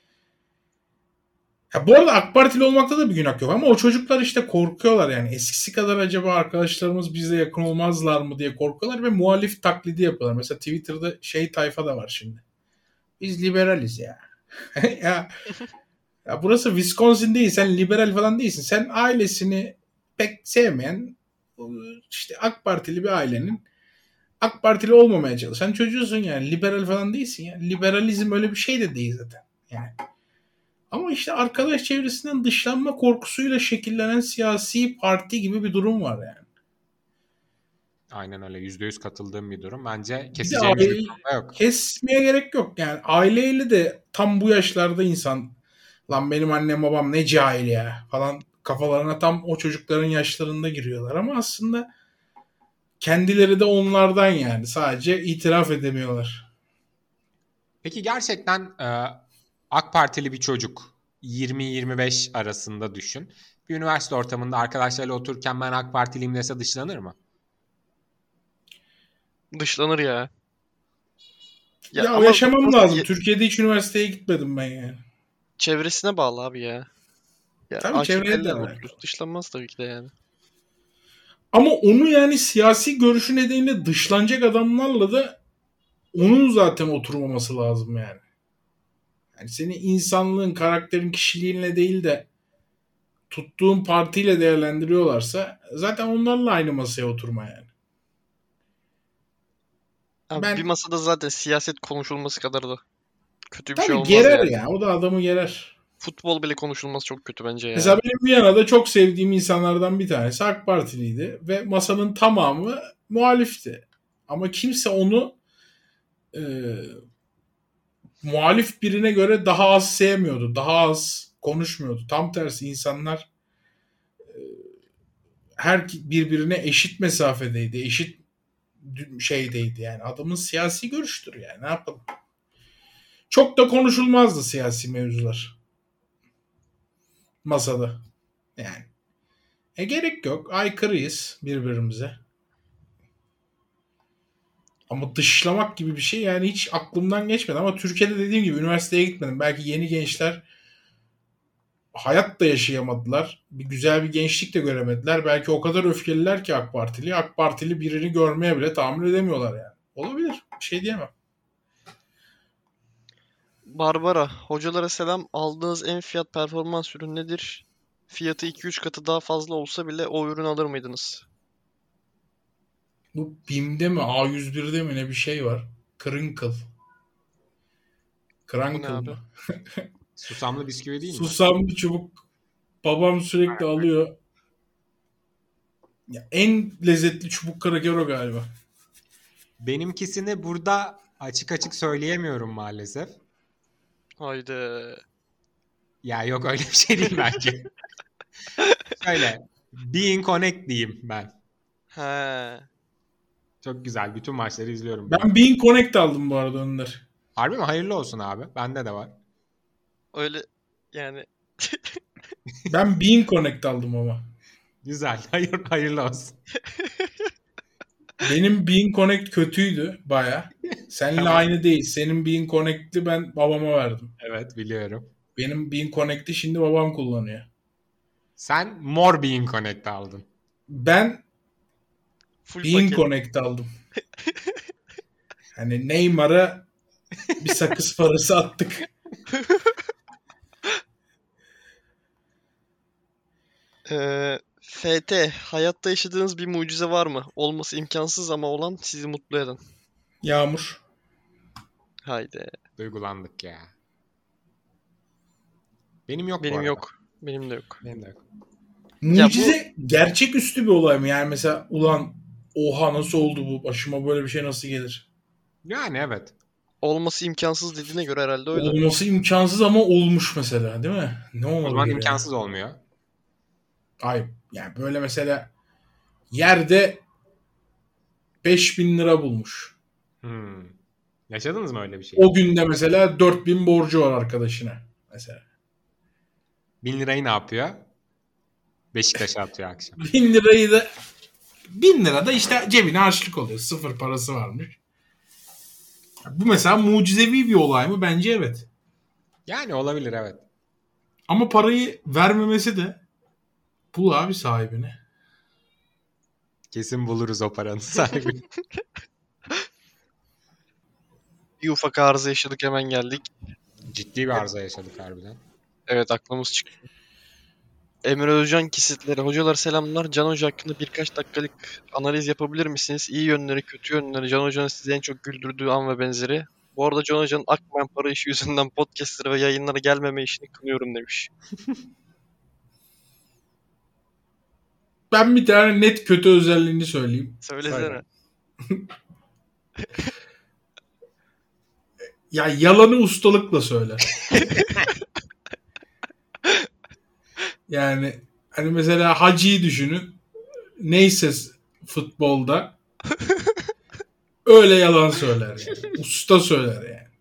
Ya bu arada AK Partili olmakta da bir günah yok ama o çocuklar işte korkuyorlar yani. Eskisi kadar acaba arkadaşlarımız bize yakın olmazlar mı diye korkuyorlar ve muhalif taklidi yapıyorlar. Mesela Twitter'da şey tayfa da var şimdi. Biz liberaliz ya. ya, ya burası Wisconsin değil. Sen liberal falan değilsin. Sen ailesini pek sevmeyen işte AK Partili bir ailenin AK Partili olmamaya çalışan çocuğusun yani. Liberal falan değilsin ya. Liberalizm öyle bir şey de değil zaten. Yani. Ama işte arkadaş çevresinden dışlanma korkusuyla şekillenen siyasi parti gibi bir durum var yani. Aynen öyle. yüzde yüz katıldığım bir durum. Bence Bir de keseceğimiz bir aile, durum da yok. kesmeye gerek yok yani. Aileyle de tam bu yaşlarda insan lan benim annem babam ne cahil ya falan kafalarına tam o çocukların yaşlarında giriyorlar ama aslında kendileri de onlardan yani. Sadece itiraf edemiyorlar. Peki gerçekten e, AK Partili bir çocuk yirmi yirmi beş arasında düşün. Bir üniversite ortamında arkadaşlarıyla otururken ben AK Partiliyim dese dışlanır mı? Dışlanır ya. Ya Ya ama yaşamam nasıl lazım. ye- Türkiye'de hiç üniversiteye gitmedim ben yani. çevresine bağlı abi ya. Ya Tabii çevrede de A K P'liler var. mutlu. Dışlanmaz tabii ki de yani. Ama onu yani siyasi görüşü nedeniyle dışlanacak adamlarla da onun zaten oturmaması lazım yani. Yani seni insanlığın, karakterin, kişiliğinle değil de tuttuğun partiyle değerlendiriyorlarsa zaten onlarla aynı masaya oturma yani. Abi bir Ben masada zaten siyaset konuşulması kadar da kötü bir şey tabii olmaz gerer yani. ya. O da adamı gerer. Futbol bile konuşulması çok kötü bence Mesela ya. benim Viyana'da çok sevdiğim insanlardan bir tanesi AK Partiliydi ve masanın tamamı muhalifti. Ama kimse onu e, muhalif birine göre daha az sevmiyordu. Daha az konuşmuyordu. Tam tersi insanlar her birbirine eşit mesafedeydi. Eşit şeydeydi yani. Adamın siyasi görüştür yani. Ne yapalım? Çok da konuşulmazdı siyasi mevzular masada. Yani. E gerek yok. Aykırıyız birbirimize. Ama dışlamak gibi bir şey yani hiç aklımdan geçmedi. Ama Türkiye'de dediğim gibi üniversiteye gitmedim. Belki yeni gençler hayat da yaşayamadılar. Bir güzel bir gençlik de göremediler. Belki o kadar öfkeliler ki AK Partili. AK Partili birini görmeye bile tahammül edemiyorlar yani. Olabilir. Bir şey diyemem. Barbara, hocalara selam. Aldığınız en fiyat performans ürün nedir? Fiyatı iki üç katı daha fazla olsa bile o ürünü alır mıydınız? Bu BİM'de mi A yüz birde mi ne bir şey var. Crinkle. Bu ne Crinkle abi? mı? Susamlı bisküvi değil mi? Susamlı çubuk. Babam sürekli alıyor. Ya en lezzetli çubuk kraker o galiba. Benimkisini burada açık açık söyleyemiyorum maalesef. Haydi. Ya yok öyle bir şey değil belki. Şöyle Being Connect diyeyim ben. He. Çok güzel. Bütün maçları izliyorum. Ben Bean Connect aldım bu arada Önder. Harbi mi? Hayırlı olsun abi. Bende de var. Öyle yani Ben Bean Connect aldım ama. Güzel. Hayır, hayırlı olsun. Benim Bean Connect kötüydü baya. Seninle Tamam. aynı değil. Senin Bean Connect'i ben babama verdim. Evet biliyorum. Benim Bean Connect'i şimdi babam kullanıyor. Sen mor Being Connect aldın. Ben full Bean paket. Connect aldım. Hani Neymar'a bir sakız parası attık. Ee, F T, hayatta yaşadığınız bir mucize var mı? Olması imkansız ama olan sizi mutlu eden. Yağmur. Haydi. Duygulandık ya. Benim yok bu Benim arada. yok. Benim de yok. Benim de yok. Mucize gerçeküstü bir olay mı? Yani mesela ulan oha nasıl oldu bu? Başıma böyle bir şey nasıl gelir? Yani evet. Olması imkansız dediğine göre herhalde öyle. Olması imkansız ama olmuş mesela değil mi? Ne O zaman olabilir imkansız ya? olmuyor. Ay yani böyle mesela yerde beş bin lira bulmuş. Hmm. Yaşadınız mı öyle bir şey? O günde mesela dört bin borcu var arkadaşına mesela. Bin lirayı ne yapıyor? Beşiktaş'a atıyor akşam. Bin lirayı da bin lira da işte cebine harçlık oluyor. Sıfır parası varmış. Bu mesela mucizevi bir olay mı? Bence evet. Yani olabilir, evet. Ama parayı vermemesi de bul abi sahibini. Kesin buluruz o paranın sahibini. Bir ufak arıza yaşadık, hemen geldik. Ciddi bir arıza yaşadık harbiden. Evet, aklımız çıktı. Emre Özcan kesitleri. Hocalar selamlar. Can Hoca hakkında birkaç dakikalık analiz yapabilir misiniz? İyi yönleri, kötü yönleri, Can Hoca'nın sizi en çok güldürdüğü an ve benzeri. Bu arada Can Hoca'nın akmayan para işi yüzünden podcastlere ve yayınlara gelmeme işini kınıyorum demiş. Ben bir tane net kötü özelliğini söyleyeyim. Söylesene. Söyle. Ya yalanı ustalıkla söyler. Yani hani mesela Hacı'yı düşünün. Neyse futbolda öyle yalan söyler yani. Usta söyler yani.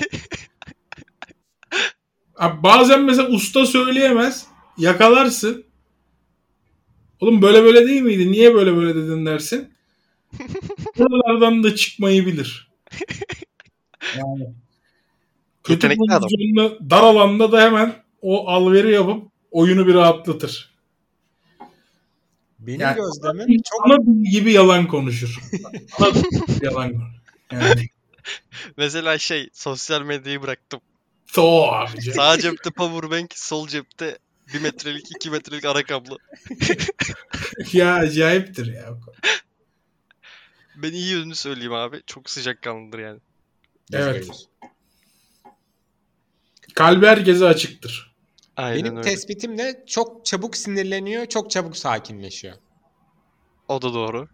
Abi bazen mesela usta söyleyemez. Yakalarsın. Oğlum böyle böyle değil miydi? Niye böyle böyle dedin dersin. Buralardan da çıkmayı bilir. Yani kötü Yetenekli adam. pozisyonda dar alanda da hemen o alveri yapıp oyunu bir rahatlatır. Benim Yani gözlemim çok ana dil gibi yalan konuşur. Ana dil gibi yalan konuşur. Yani Mesela şey, sosyal medyayı bıraktım. o abici. Sağ cepte powerbank, sol cepte bir metrelik, iki metrelik ara kablo. Ya acayiptir ya. Ben iyi yönünü söyleyeyim abi. Çok sıcakkanlıdır yani. yüzde Evet. yüz. Kalbi herkese açıktır. Aynen Benim öyle. tespitim de çok çabuk sinirleniyor, çok çabuk sakinleşiyor. O da doğru.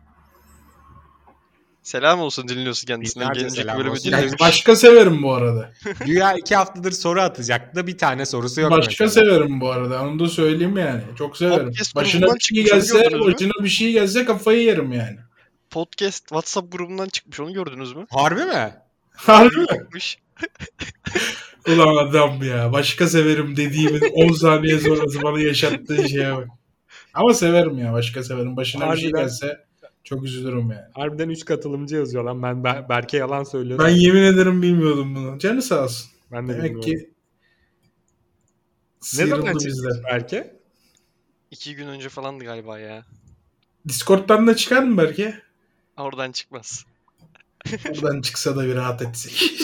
Selam olsun, dinliyorsun kendisinden. Binlerce Gelecek selam bölümü olsun. Yani dinlemiş. başka severim bu arada. Güya iki haftadır soru atacaktı. Bir tane sorusu yok Başka mesela. severim bu arada. Onu da söyleyeyim yani. Çok severim. Podcast Başına grubundan bir şey çıkmış, onu gelse, gördünüz mü? başına bir şey gelse kafayı yerim yani. Podcast WhatsApp grubundan çıkmış, onu gördünüz mü? Harbi mi? Harbi mi? Çıkmış. Ulan adam ya. Başka severim dediğimin on saniye sonrası bana yaşattığı şeye bak. Ama severim ya. Başka severim. Başına bir şey Harbiden. gelse çok üzülürüm yani. Harbiden üç katılımcı yazıyor lan. Ben Ber- Berke yalan söylüyor. Ben yemin ederim bilmiyordum bunu. Canı sağ olsun. Ben de Demek bilmiyorum. ki Ne zaman sıyrıldı çıkmış bizden. Berke? İki gün önce falandı galiba ya. Discord'dan da çıkar mı belki? Oradan çıkmaz. Buradan çıksa da bir rahat etsek.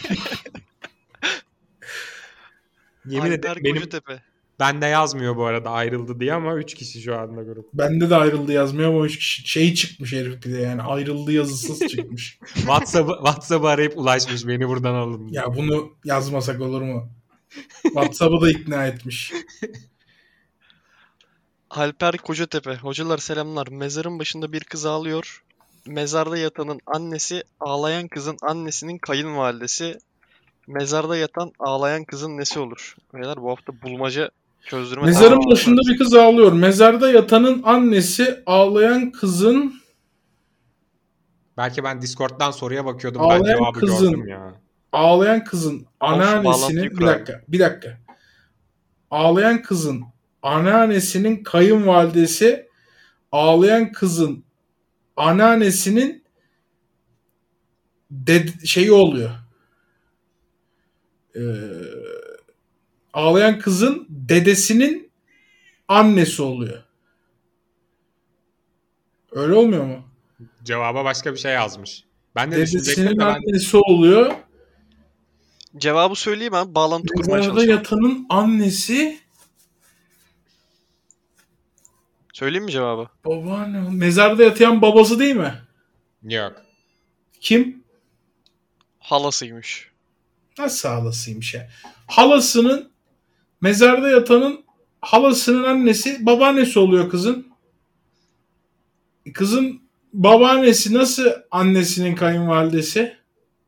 Yemin Alper ederim benim Kocatepe. bende yazmıyor bu arada ayrıldı diye ama üç kişi şu anda grup. Bende de ayrıldı yazmıyor ama üç kişi şey çıkmış herif bir de yani ayrıldı yazısız çıkmış. WhatsApp'ı WhatsApp'ı arayıp ulaşmış, beni buradan alın diye. Ya bunu yazmasak olur mu? WhatsApp'ı da ikna etmiş. Alper Kocatepe. Hocalar selamlar. Mezarın başında bir kız ağlıyor. Mezarda yatanın annesi, ağlayan kızın annesinin kayınvalidesi. Mezarda yatan ağlayan kızın nesi olur? Beyler, bu hafta bulmaca çözdürme Mezarın tamamen başında var. bir kız ağlıyor. Mezarda yatanın annesi ağlayan kızın Belki ben Discord'dan soruya bakıyordum. Ben Ağlayan cevabı kızın- gördüm ya. ağlayan kızın bağlantıyı anneannesinin kur bir abi. dakika bir dakika. Ağlayan kızın anneannesinin kayınvalidesi ağlayan kızın anneannesinin ded- şeyi oluyor. Ee, ağlayan kızın dedesinin annesi oluyor. Öyle olmuyor mu? Cevaba başka bir şey yazmış. Ben de düşünecektim Dedesinin de ben annesi oluyor. Cevabı söyleyeyim abi. Bağlantı kurmaya Mezarda çalışıyorum. yatanın annesi Söyleyeyim mi cevabı? babaanne. Mezarda yatan babası değil mi? yok. Kim? Halasıymış. Nasıl halasıymış ya? Halasının mezarda yatanın halasının annesi babaannesi oluyor kızın. Kızın babaannesi nasıl annesinin kayınvalidesi?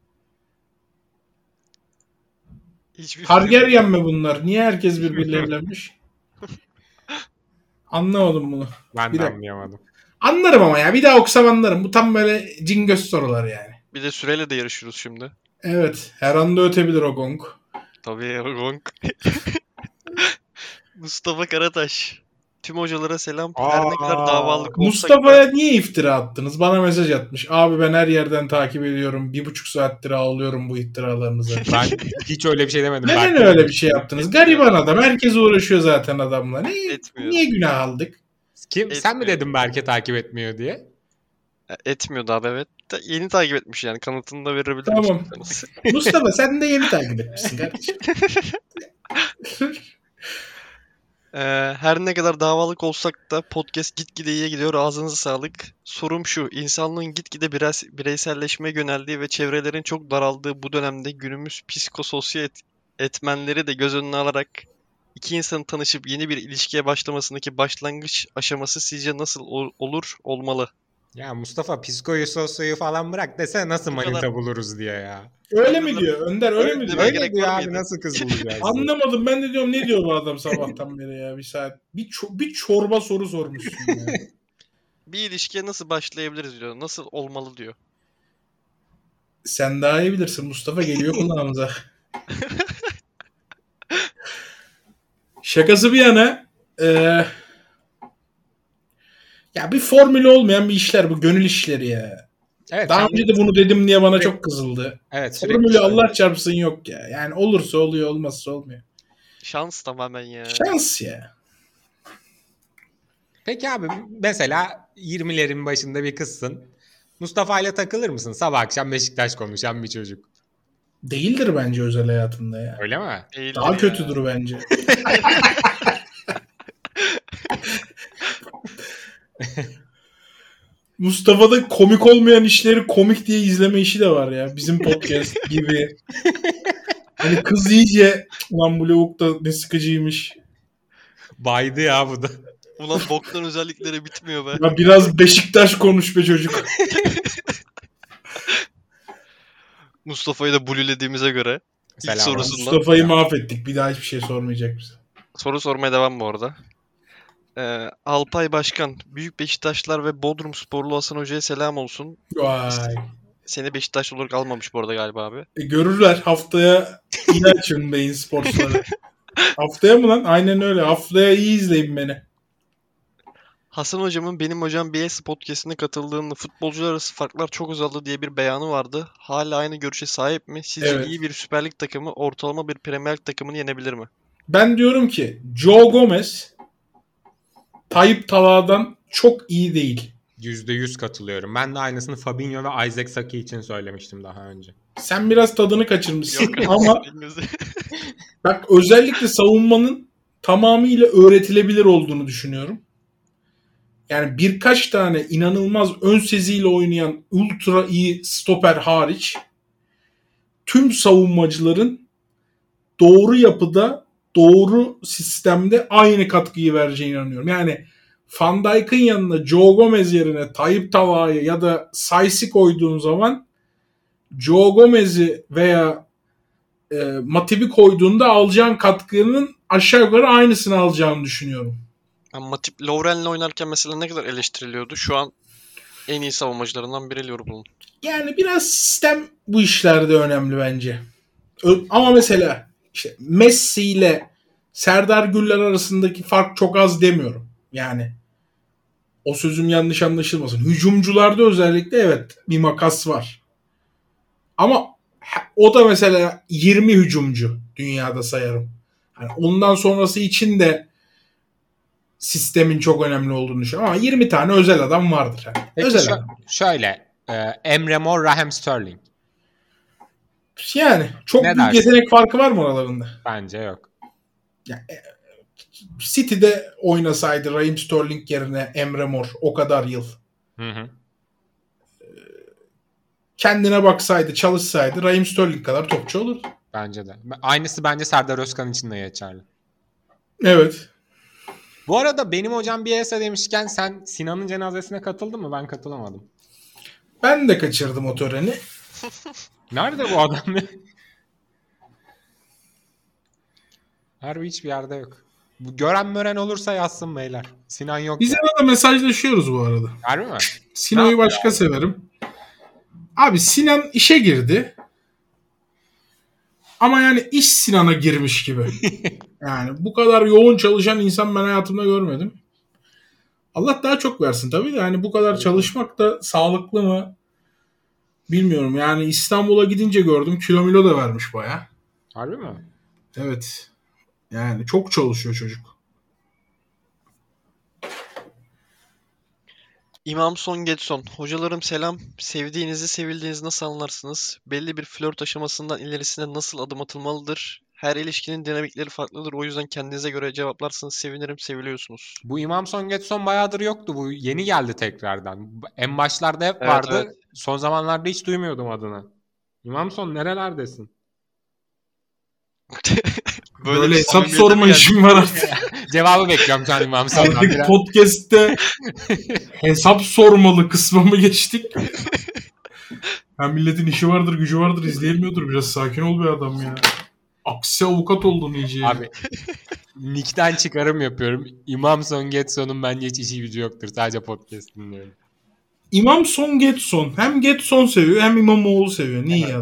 Hiçbir fikrim yok. Targaryen mi bunlar? Niye herkes birbiriyle evlenmiş? Anlamadım bunu. Ben Bir de dakika. anlayamadım. Anlarım ama ya. Bir daha okusam anlarım. Bu tam böyle cingöz sorular yani. Bir de süreyle de yarışıyoruz şimdi. Evet. Her anda ötebilir o gong. Tabii, gong. Mustafa Karataş. Tüm hocalara selam. Her ne kadar Aa, davalık olsak da Mustafa'ya niye iftira attınız? Bana mesaj atmış. Abi ben her yerden takip ediyorum. Bir buçuk saattir ağlıyorum bu iftiralarınıza. ben hiç öyle bir şey demedim. Neden Berk öyle dedim. bir şey yaptınız? Gariban adam. Herkes uğraşıyor zaten adamla. Ne, Etmiyor. niye günah aldık? Kim? Sen mi Etmiyor. dedin Berke takip etmiyor diye? E, etmiyordu abi, evet. De yeni takip etmiş yani. Kanıtını da verebilirim Tamam. istiyorsanız. Mustafa sen de yeni takip etmişsin kardeşim. Ee, her ne kadar davalık olsak da podcast gitgide iyiye gidiyor. Ağzınıza sağlık. Sorum şu. İnsanlığın gitgide biraz bireyselleşmeye yöneldiği ve çevrelerin çok daraldığı bu dönemde günümüz psikososyal et- etmenleri de göz önüne alarak iki insanın tanışıp yeni bir ilişkiye başlamasındaki başlangıç aşaması sizce nasıl ol- olur, olmalı? Ya Mustafa psikoyu sosyoyu falan bırak desene nasıl Bu manita kadar- buluruz diye ya. Öyle mi diyor? Önder öyle mi diyor? Demeye Öyle gerek diyor var abi mıydı? nasıl kız bulacağız diye. Anlamadım. Ben de diyorum ne diyor bu adam sabahtan beri ya bir saat. Bir, ço- bir çorba soru sormuşsun ya. Bir ilişkiye nasıl başlayabiliriz diyor. Nasıl olmalı diyor. Sen daha iyi bilirsin. Mustafa geliyor kulağımıza. Şakası bir yana eee, ya bir formülü olmayan bir işler bu. Gönül işleri ya. Evet, Daha sen- önce de bunu dedim diye bana çok kızıldı. evet sürekli Formülü söyle. Allah çarpsın yok ya. Yani olursa oluyor, olmazsa olmuyor. Şans tamamen ya. Şans ya. Peki abi mesela yirmilerin başında bir kızsın. Mustafa ile takılır mısın? Sabah akşam Beşiktaş konuşan bir çocuk. Değildir bence özel hayatında ya. Öyle mi? Değildir Daha ya. kötüdür bence. Mustafa'da komik olmayan işleri komik diye izleme işi de var ya. Bizim podcast gibi. Hani kız iyice ulan bu lavuk da ne sıkıcıymış. Baydı ya bu da. Ulan boktan özellikleri bitmiyor be. Ya biraz Beşiktaş konuş be çocuk. Mustafa'yı da bulülediğimize göre. İlk Selam. sorusundan. Mustafa'yı mahvettik. Bir daha hiçbir şey sormayacak bize. Soru sormaya devam bu arada. Ee, Alpay Başkan, Büyük Beşiktaşlar ve Bodrum Sporlu Hasan Hoca'ya selam olsun. Vay. Seni Beşiktaşlı olarak almamış bu arada galiba abi. E, görürler haftaya yine açın Beyin Sports'ları. Haftaya mı lan? Aynen öyle. Haftaya iyi izleyin beni. Hasan Hocam'ın Benim Hocam B S podcast'ine katıldığında futbolcular arası farklar çok azaldı diye bir beyanı vardı. Hala aynı görüşe sahip mi? Sizce Evet. iyi bir Süper Lig takımı ortalama bir Premier Lig takımını yenebilir mi? Ben diyorum ki Joe Gomez Tayyip Talha'dan çok iyi değil. yüzde yüz katılıyorum. Ben de aynısını Fabinho ve Isaac Saki için söylemiştim daha önce. Sen biraz tadını kaçırmışsın Yok ama Bilmiyoruz. bak özellikle savunmanın tamamıyla öğretilebilir olduğunu düşünüyorum. Yani birkaç tane inanılmaz ön seziyle oynayan ultra iyi stoper hariç tüm savunmacıların doğru yapıda, doğru sistemde aynı katkıyı vereceğine inanıyorum. Yani Van Dijk'ın yanına Joe Gomez yerine Tayyip Talha'yı ya da Saïs'i koyduğun zaman Joe Gomez'i veya e, Matip'i koyduğunda alacağın katkının aşağı yukarı aynısını alacağını düşünüyorum. Yani Matip Lovren'le oynarken mesela ne kadar eleştiriliyordu. Şu an en iyi savunmacılarından biri Liverpool'un. Yani biraz sistem bu işlerde önemli bence. Ö- Ama mesela işte Messi ile Serdar Gürler arasındaki fark çok az demiyorum. Yani o sözüm yanlış anlaşılmasın. Hücumcularda özellikle evet bir makas var. Ama ha- o da mesela yirmi hücumcu dünyada sayarım. Yani ondan sonrası için de sistemin çok önemli olduğunu düşünüyorum. Ama yirmi tane özel adam vardır. Yani. Peki Özel şö- adam. şöyle e, Emre Mor, Raheem Sterling. Yani çok Ne büyük dersin? yetenek farkı var mı aralarında? Bence yok. City'de oynasaydı Raheem Sterling yerine Emre Mor o kadar yıl. Hı hı. Kendine baksaydı, çalışsaydı Raheem Sterling kadar topçu olurdu. Bence de. Aynısı bence Serdar Özkan için de geçerli. Evet. Bu arada benim hocam bir ese demişken sen Sinan'ın cenazesine katıldın mı? Ben katılamadım. Ben de kaçırdım o töreni. Nerede bu adam? Harbi hiçbir yerde yok. Bu gören mören olursa yazsın beyler. Sinan yok. Biz ya. arada mesajlaşıyoruz bu arada. Harbi mi? Sinan'ı başka severim. Abi Sinan işe girdi. Ama yani iş Sinan'a girmiş gibi. Yani bu kadar yoğun çalışan insan ben hayatımda görmedim. Allah daha çok versin tabii de hani bu kadar çalışmak da sağlıklı mı bilmiyorum. Yani İstanbul'a gidince gördüm kilo milo da vermiş baya. Harbi mi? Evet. Yani çok çalışıyor çocuk. İmam Son Getson. Hocalarım selam. Sevdiğinizi, sevildiğinizi nasıl anlarsınız? Belli bir flört aşamasından ilerisine nasıl adım atılmalıdır? Her ilişkinin dinamikleri farklıdır. O yüzden kendinize göre cevaplarsınız. Sevinirim, seviliyorsunuz. Bu İmam Son Getson bayağıdır yoktu. Bu yeni geldi tekrardan. En başlarda hep Evet, evet. vardı. Son zamanlarda hiç duymuyordum adını. İmam Son nerelerdesin? Böyle Böyle bir hesap samimiyete sorma mi geldi? işim var artık. Cevabı bekliyorum şu an İmam Son'dan. Artık Biraz- podcast'te hesap sormalı kısmı geçtik. Ha milletin işi vardır, gücü vardır, izleyemiyordur. Biraz sakin ol be adam ya. Aksi avukat oldun iyice. Abi nickten çıkarım yapıyorum. İmam Son Getson'un bence hiç işi gücü yoktur. Sadece podcast dinliyorum. İmam Son Getson. Hem Getson seviyor hem İmamoğlu seviyor. Ne iyi adam.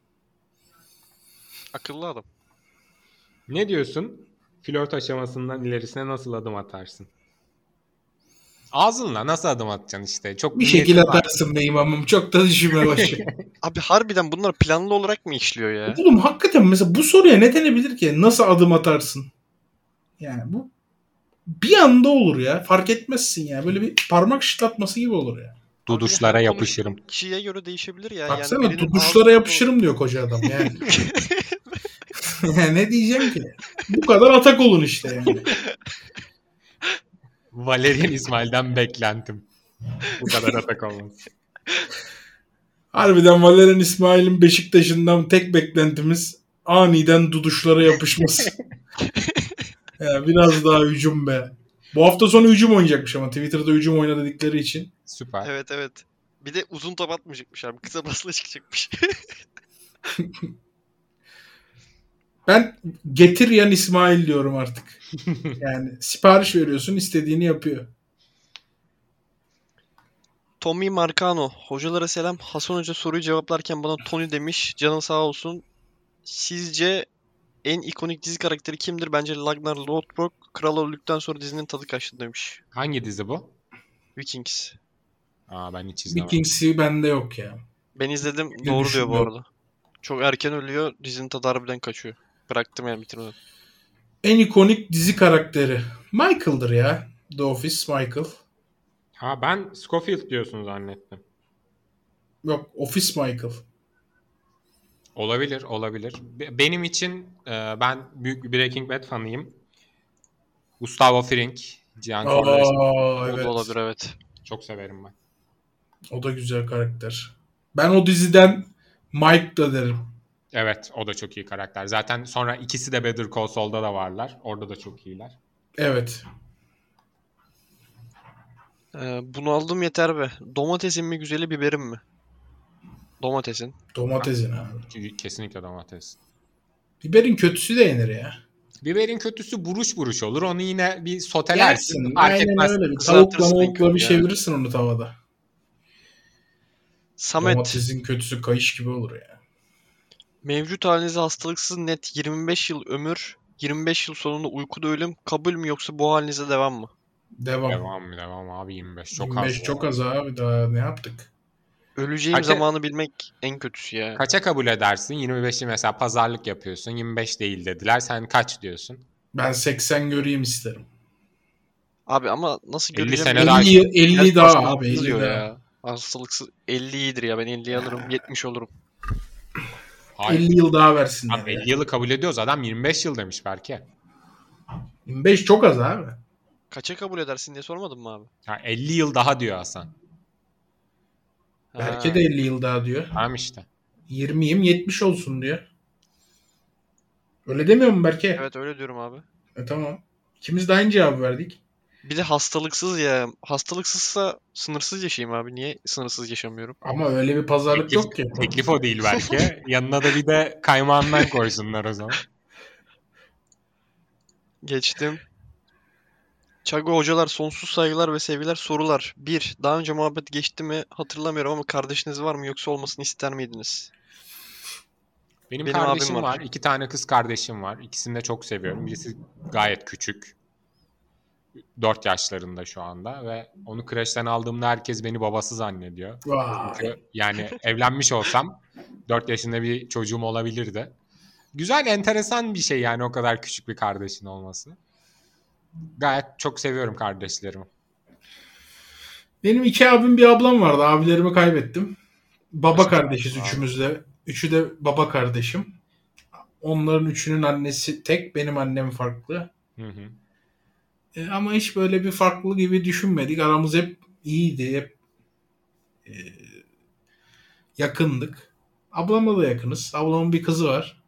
Akıllı adam. Ne diyorsun? Flört aşamasından ilerisine nasıl adım atarsın? Ağzınla nasıl adım atacaksın işte? Çok Bir niyetin şekil var. atarsın be imamım. Çok da düşünme başı. Abi harbiden bunlar planlı olarak mı işliyor ya? Oğlum hakikaten mesela bu soruya ne denebilir ki? Nasıl adım atarsın? Yani bu bir anda olur ya. Fark etmezsin ya. Böyle bir parmak şıklatması gibi olur ya. Abi bir de Duduşlara her yapışırım. konuştuğun kişiye göre değişebilir ya. Baksana Yani birinin tutuşlara ağzı- yapışırım diyor koca adam yani. Yani ne diyeceğim ki? Bu kadar atak olun işte yani. Valerian İsmail'den beklentim. Bu kadar atak olmaz. Harbiden Valerian İsmail'in Beşiktaş'ından tek beklentimiz aniden duduşlara yapışması. Ya biraz daha hücum be. Bu hafta sonu hücum oynayacakmış ama Twitter'da hücum oyna dedikleri için. Süper. Evet, evet. Bir de uzun top atmayacakmış abi. Kısa pasla çıkacakmış. Ben getir yan İsmail diyorum artık. Yani sipariş veriyorsun istediğini yapıyor. Tommy Marcano. Hocalara selam. Hasan Hoca soruyu cevaplarken bana Tony demiş. Canın sağ olsun. Sizce en ikonik dizi karakteri kimdir? Bence Ragnar Lothbrok. Kral öldükten sonra dizinin tadı kaçtı demiş. Hangi dizi bu? Vikings. Aa ben hiç izlemedim. Vikings'i bende yok ya. Ben izledim. Ne Doğru diyor bu düşünüyorum? arada. Çok erken ölüyor. Dizinin tadı harbiden kaçıyor. Bıraktım yani bitirmedim. En ikonik dizi karakteri. Michael'dır ya. The Office Michael. Ha ben Scofield diyorsun zannettim. Yok Office Michael. Olabilir, olabilir. Be- Benim için e, ben büyük bir Breaking Bad fanıyım. Gustavo Fring, Giancarlo Esposito. Aa O evet. da olabilir, evet. Çok severim ben. O da güzel karakter. Ben o diziden Mike da derim. Evet, o da çok iyi karakter. Zaten sonra ikisi de Better Call Saul'da da varlar. Orada da çok iyiler. Evet. Ee, bunu aldım yeter be. Domatesin mi güzeli biberim mi? Domatesin. Domatesin abi. Ki- Kesinlikle domates. Biberin kötüsü de yenir ya. Biberin kötüsü buruş buruş olur. Onu yine bir sotelersin. Yersin. Fark Aynen etmez. öyle. Bir Kızartırsın tavukla en mavukla bir kötü ya. çevirirsin onu tavada. Samet. Domatesin kötüsü kayış gibi olur ya. Mevcut halinize hastalıksız net yirmi beş yıl ömür, yirmi beş yıl sonunda uykuda ölüm, kabul mü yoksa bu halinize devam mı? Devam. Devam devam abi yirmi beş. Çok yirmi beş az. çok ya. az abi. Daha ne yaptık? Öleceğim Kaça- zamanı bilmek en kötüsü ya. Kaça kabul edersin? yirmi beşi mesela pazarlık yapıyorsun. yirmi beş değil dediler. Sen kaç diyorsun? Ben seksen göreyim isterim. Abi ama nasıl elli göreceğim? sene bilmiyorum. daha- elli, elli Gerçi daha abi. hastalıksız elli diyor daha. ya. Hastalıksız elli iyidir ya. Ben elliyi alırım. yetmiş olurum. Hayır. elli yıl daha versinler. Abi ya. elli yılı kabul ediyoruz. Adam yirmi beş yıl demiş belki. yirmi beş çok az abi. Kaça kabul edersin diye sormadın mı abi? Ha, elli yıl daha diyor Hasan. Ha. Berke de elli yıl daha diyor. Tamam işte. yirmiyim yetmiş olsun diyor. Öyle demiyor mu Berke? Evet öyle diyorum abi. E, tamam. İkimiz de aynı cevabı verdik. Bir de hastalıksız ya. Hastalıksızsa sınırsız yaşayayım abi. Niye sınırsız yaşamıyorum? Ama öyle bir pazarlık Teklif, yok ki. teklif o değil belki. Yanına da bir de kaymağından koysunlar o zaman. Geçtim. Çago hocalar sonsuz saygılar ve sevgiler sorular. bir. Daha önce muhabbet geçti mi hatırlamıyorum ama kardeşiniz var mı yoksa olmasını ister miydiniz? Benim, Benim abim kardeşim var. var. İki tane kız kardeşim var. İkisini de çok seviyorum. Birisi gayet küçük. dört yaşlarında şu anda ve onu kreşten aldığımda herkes beni babası zannediyor. Vay. Çünkü yani evlenmiş olsam dört yaşında bir çocuğum olabilirdi. Güzel, enteresan bir şey yani o kadar küçük bir kardeşin olması. Gayet çok seviyorum kardeşlerimi. Benim iki abim bir ablam vardı. Abilerimi kaybettim. Baba Başka kardeşiz abi. üçümüz de. Üçü de baba kardeşim. Onların üçünün annesi tek. Benim annem farklı. Hı hı. E, ama hiç böyle bir farklı gibi düşünmedik. Aramız hep iyiydi. Hep e, yakındık. Ablamla da yakınız. Ablamın bir kızı var.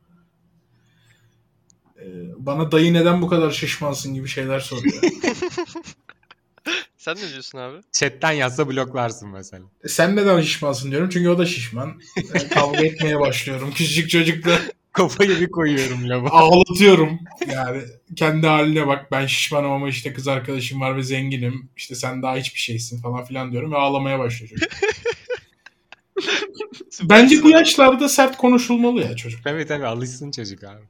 E, bana dayı neden bu kadar şişmansın gibi şeyler soruyor. Sen ne diyorsun abi? Chatten yazsa bloklarsın mesela. E, sen neden şişmansın diyorum. Çünkü o da şişman. E, kavga etmeye başlıyorum. Küçücük çocukla Kafayı bir koyuyorum ya. ağlatıyorum. Yani kendi haline bak, ben şişmanım ama işte kız arkadaşım var ve zenginim. İşte sen daha hiçbir şeysin falan filan diyorum ve ağlamaya başlıyor çocuk. Bence bu yaşlarda sert konuşulmalı ya çocuk. Tabii tabii, alışsın çocuk abi.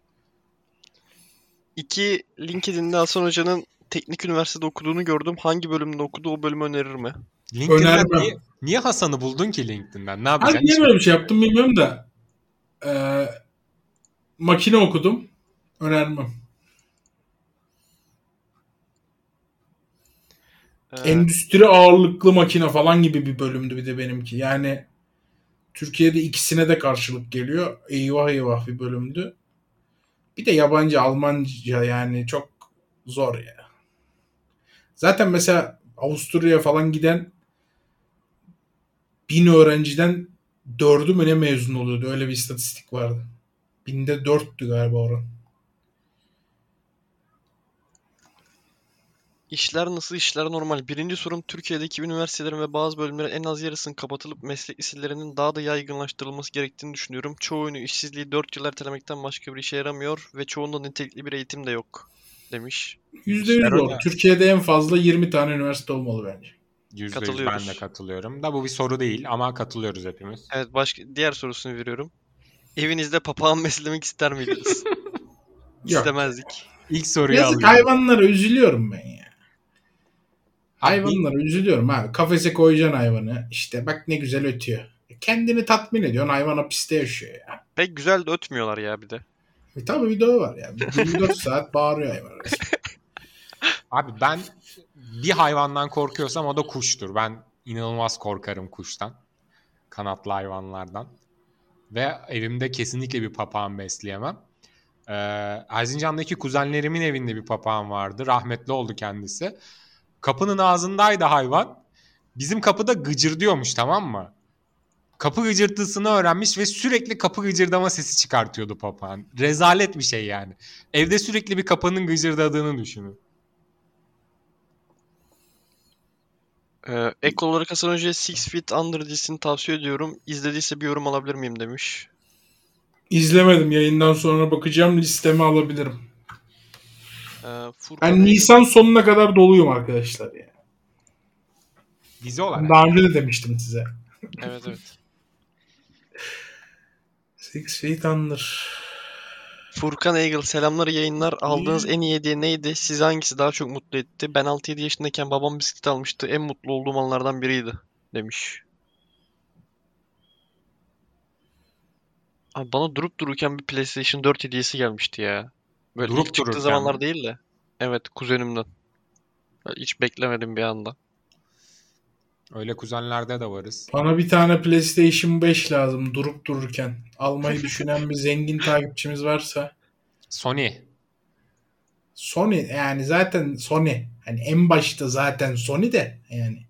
İki, LinkedIn'de Hasan Hoca'nın teknik üniversitede okuduğunu gördüm. Hangi bölümde okudu, o bölümü önerir mi? LinkedIn'den Önermem. niye, niye Hasan'ı buldun ki LinkedIn'den? Ne Abi yapacaksın? niye böyle bir şey yaptım bilmiyorum da. Ee, makine okudum. Önermem. Ee, Endüstri ağırlıklı makine falan gibi bir bölümdü bir de benimki. Yani Türkiye'de ikisine de karşılık geliyor. Eyvah eyvah bir bölümdü. Bir de yabancı, Almanca, yani çok zor ya. Zaten mesela Avusturya'ya falan giden bin öğrenciden dördü mü ne mezun oluyordu? Öyle bir istatistik vardı. Binde dörttü galiba oran. İşler nasıl? İşler normal. Birinci sorum, Türkiye'deki üniversitelerin ve bazı bölümlerin en az yarısının kapatılıp meslek liselerinin daha da yaygınlaştırılması gerektiğini düşünüyorum. Çoğunu işsizliği dört yıl ertelemekten başka bir işe yaramıyor ve çoğunda nitelikli bir eğitim de yok demiş. yüzde yüz İşler doğru. öyle. Türkiye'de en fazla yirmi tane üniversite olmalı bence. yüzde yüz Katılıyoruz. ben de katılıyorum. Da bu bir soru değil ama katılıyoruz hepimiz. Evet, başka diğer sorusunu veriyorum. Evinizde papağan beslemek ister miydiniz? Yok. İstemezdik. İlk soruyu Yazık, alıyorum. hayvanlara üzülüyorum ben ya. Abi, Hayvanlara üzülüyorum abi. Kafese koyacaksın hayvanı. İşte bak ne güzel ötüyor. Kendini tatmin ediyorsun. Hayvan hapiste yaşıyor ya. Pek güzel de ötmüyorlar ya bir de. E tabii bir de o var ya. yirmi dört saat bağırıyor hayvan resmen. abi ben bir hayvandan korkuyorsam o da kuştur. Ben inanılmaz korkarım kuştan. Kanatlı hayvanlardan. Ve evimde kesinlikle bir papağan besleyemem. Ee, Erzincan'daki kuzenlerimin evinde bir papağan vardı. Rahmetli oldu kendisi. Kapının ağzındaydı hayvan. Bizim kapıda gıcırdıyormuş, tamam mı? Kapı gıcırtısını öğrenmiş ve sürekli kapı gıcırdama sesi çıkartıyordu papağan. Rezalet bir şey yani. Evde sürekli bir kapının gıcırdadığını düşünün. Ee, ek olarak Hasan Hoca'ya Six Feet Under dizisini tavsiye ediyorum. İzlediyse bir yorum alabilir miyim demiş. İzlemedim. Yayından sonra bakacağım. Listeme alabilirim. Ee, Furkan Ben Eylül- Nisan sonuna kadar doluyum arkadaşlar ya. Dizi olarak. Daha önce de demiştim size. Evet evet. Six Feet Under. Furkan Eagle, selamlar, yayınlar. Aldığınız en iyi hediye neydi? Sizi hangisi daha çok mutlu etti? Ben altı yedi yaşındayken babam bisiklet almıştı. En mutlu olduğum anlardan biriydi demiş. Abi bana durup dururken bir PlayStation dört hediyesi gelmişti ya. Böyle Durup ilk çıktığı dururken zamanlar mi? değil de. Evet, kuzenimden. Böyle hiç beklemedim bir anda. Öyle kuzenlerde de varız. Bana bir tane PlayStation beş lazım durup dururken. Almayı düşünen bir zengin takipçimiz varsa. Sony. Sony, yani zaten Sony. Hani en başta zaten Sony de yani.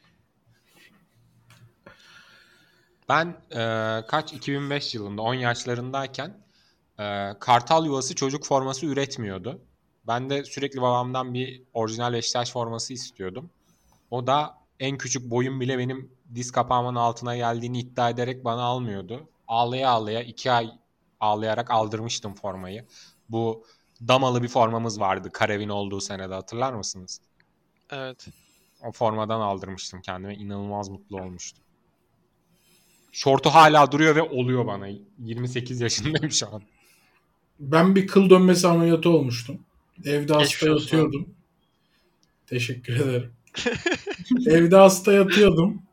Ben e, kaç iki bin beş yılında on yaşlarındayken e, Kartal Yuvası çocuk forması üretmiyordu. Ben de sürekli babamdan bir orijinal Beşiktaş forması istiyordum. O da en küçük boyum bile benim diz kapağımın altına geldiğini iddia ederek bana almıyordu. Ağlaya ağlaya iki ay ağlayarak aldırmıştım formayı. Bu damalı bir formamız vardı Karevin olduğu senede, hatırlar mısınız? Evet. O formadan aldırmıştım kendime. İnanılmaz mutlu olmuştum. Şortu hala duruyor ve oluyor bana. yirmi sekiz yaşındayım şu an. Ben bir kıl dönmesi ameliyatı olmuştum. Evde Geçmiş hasta olsun abi. yatıyordum. Teşekkür ederim. Evde hasta yatıyordum.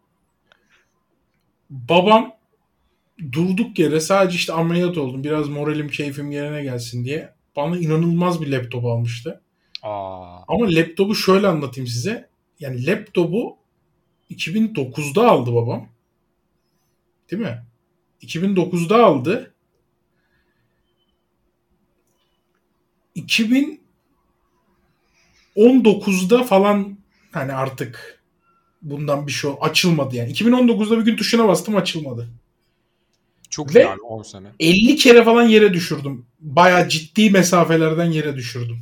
Babam durduk yere sadece işte ameliyat oldum. Biraz moralim keyfim yerine gelsin diye bana inanılmaz bir laptop almıştı. Aa. Ama laptopu şöyle anlatayım size. Yani laptopu iki bin dokuzda aldı babam. Değil mi? iki bin dokuzda aldı. iki bin on dokuzda falan hani artık bundan bir şey açılmadı yani. iki bin on dokuzda bir gün tuşuna bastım, açılmadı. Çok Ve iyi abi, on sene. elli kere falan yere düşürdüm. Bayağı ciddi mesafelerden yere düşürdüm.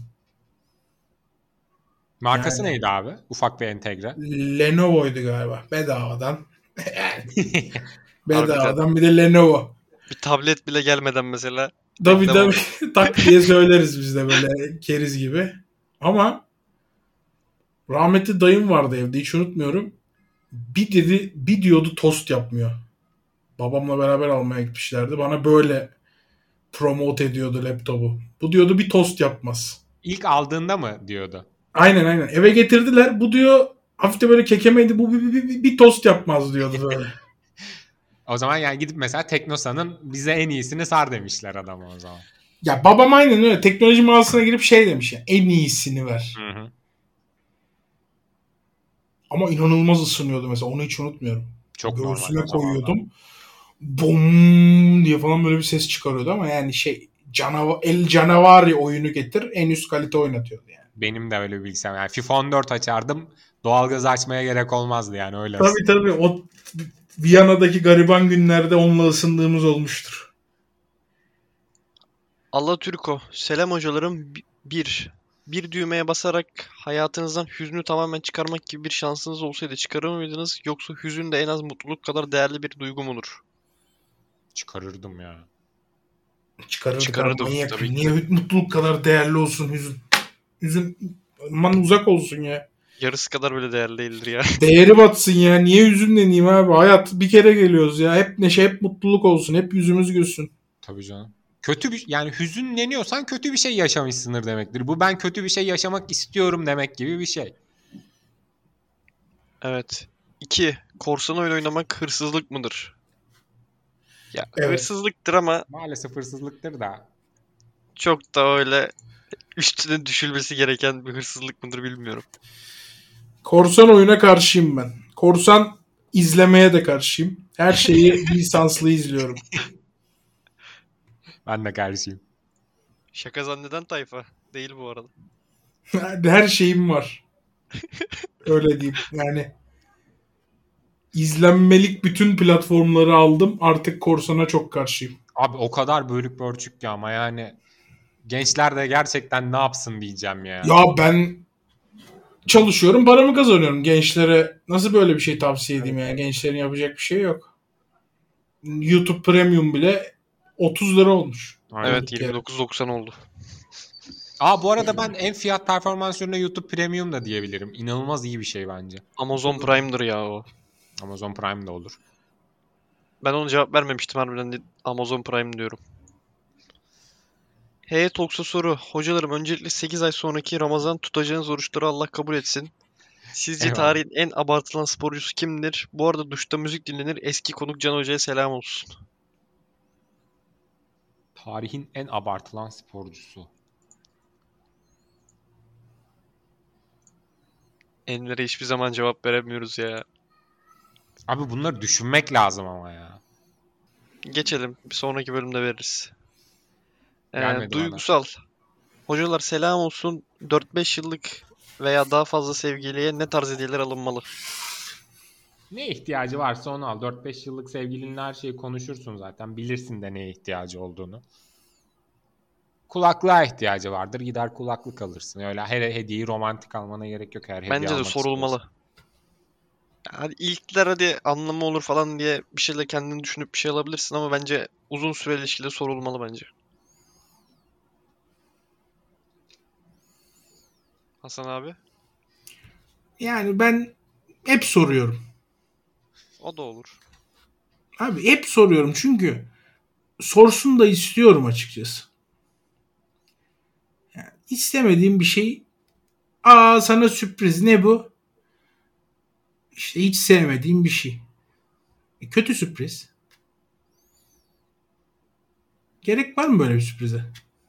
Markası Yani- neydi abi? Ufak bir entegre. Lenovo'ydu galiba. Bedavadan. Harbiden. Bedavadan bir de Lenovo. Bir tablet bile gelmeden mesela. Tabii Reklam tabii tak diye söyleriz biz de böyle keriz gibi. Ama rahmetli dayım vardı evde, hiç unutmuyorum. Bir dedi bir diyordu tost yapmıyor. Babamla beraber almaya gitmişlerdi. Bana böyle promote ediyordu laptopu. Bu diyordu bir tost yapmaz. İlk aldığında mı diyordu? Aynen aynen. Eve getirdiler. Bu diyor hafif de böyle kekemeydi. Bu bir, bir, bir, bir tost yapmaz diyordu böyle. O zaman yani gidip mesela Teknosa'nın bize en iyisini sar demişler adama o zaman. Ya babam aynen öyle. Teknoloji mağazasına girip şey demiş ya. En iyisini ver. Hı hı. Ama inanılmaz ısınıyordu mesela. Onu hiç unutmuyorum. Çok normal Göğsüme o zamanlar. koyuyordum. Bom diye falan böyle bir ses çıkarıyordu ama yani şey canavar, el canavari oyunu getir, en üst kalite oynatıyordu yani. Benim de öyle bir bilgisayar. Yani FIFA on dört açardım. Doğalgaz açmaya gerek olmazdı yani öyle. Tabii tabii o Viyana'daki gariban günlerde onunla ısındığımız olmuştur. Alaturko. Selam hocalarım. Bi- Bir. Bir düğmeye basarak hayatınızdan hüznü tamamen çıkarmak gibi bir şansınız olsaydı çıkarır mıydınız? Yoksa hüzün de en az mutluluk kadar değerli bir duygu mudur? Çıkarırdım ya. Çıkarırdık Çıkarırdım, abi, manyak. tabii ki Niye de. mutluluk kadar değerli olsun hüzün? Hüzün aman uzak olsun ya. Yarısı kadar bile değerli değildir ya. Değeri batsın ya. Niye hüzünleneyim abi? Hayat bir kere geliyoruz ya. Hep neşe, hep mutluluk olsun. Hep yüzümüz gülsün. Tabii canım. Kötü bir yani hüzünleniyorsan kötü bir şey yaşamışsındır demektir. Bu ben kötü bir şey yaşamak istiyorum demek gibi bir şey. Evet. İki. Korsan oyun oynamak hırsızlık mıdır? Ya Evet. hırsızlıktır ama Maalesef hırsızlıktır da. çok da öyle üstüne düşülmesi gereken bir hırsızlık mıdır bilmiyorum. Korsan oyuna karşıyım ben. Korsan izlemeye de karşıyım. Her şeyi lisanslı izliyorum. Ben de karşıyım. Şaka zanneden tayfa. Değil bu arada. Her şeyim var. Öyle diyeyim. Yani izlenmelik bütün platformları aldım. Artık korsana çok karşıyım. Abi o kadar bölük pörçük ya ama yani gençler de gerçekten ne yapsın diyeceğim ya. Ya ben çalışıyorum, paramı kazanıyorum. Gençlere nasıl böyle bir şey tavsiye edeyim yani? Gençlerin yapacak bir şey yok. YouTube Premium bile otuz lira olmuş. Aynen. Evet, Durduk yere. yirmi dokuz doksan oldu. Aa bu arada ben en fiyat performans ürüne YouTube Premium da diyebilirim. İnanılmaz iyi bir şey bence. Amazon Prime'dır ya o. Amazon Prime de olur. Ben ona cevap vermemiştim harbiden de Amazon Prime diyorum. Hey Talks'a soru. Hocalarım öncelikle sekiz ay sonraki Ramazan tutacağınız oruçları Allah kabul etsin. Sizce Eyvallah. tarihin en abartılan sporcusu kimdir? Bu arada duşta müzik dinlenir. Eski konuk Can Hoca'ya selam olsun. Tarihin en abartılan sporcusu. Enver'e hiçbir zaman cevap veremiyoruz ya. Abi bunları düşünmek lazım ama ya. Geçelim. Bir sonraki bölümde veririz. Ee, Gelmedi bana. duygusal. Hocalar selam olsun. dört beş yıllık veya daha fazla sevgiliye ne tarz hediyeler alınmalı? Ne ihtiyacı varsa onu al. dört beş yıllık sevgilinle her şeyi konuşursun zaten. Bilirsin de neye ihtiyacı olduğunu. Kulaklığa ihtiyacı vardır. Gider kulaklık alırsın. Öyle her hediyeyi romantik almana gerek yok. Eğer hediye Bence de almak sorulmalı. istiyorsan. Hadi ilkler hadi anlamı olur falan diye bir şeyle kendini düşünüp bir şey alabilirsin ama bence uzun süreli ilişkide sorulmalı bence. Hasan abi. Yani ben hep soruyorum. O da olur. Abi hep soruyorum çünkü sorsun da istiyorum açıkçası. Yani istemediğim bir şey Aa sana sürpriz, ne bu? İşte hiç sevmediğim bir şey. E, kötü sürpriz. Gerek var mı böyle bir sürprize?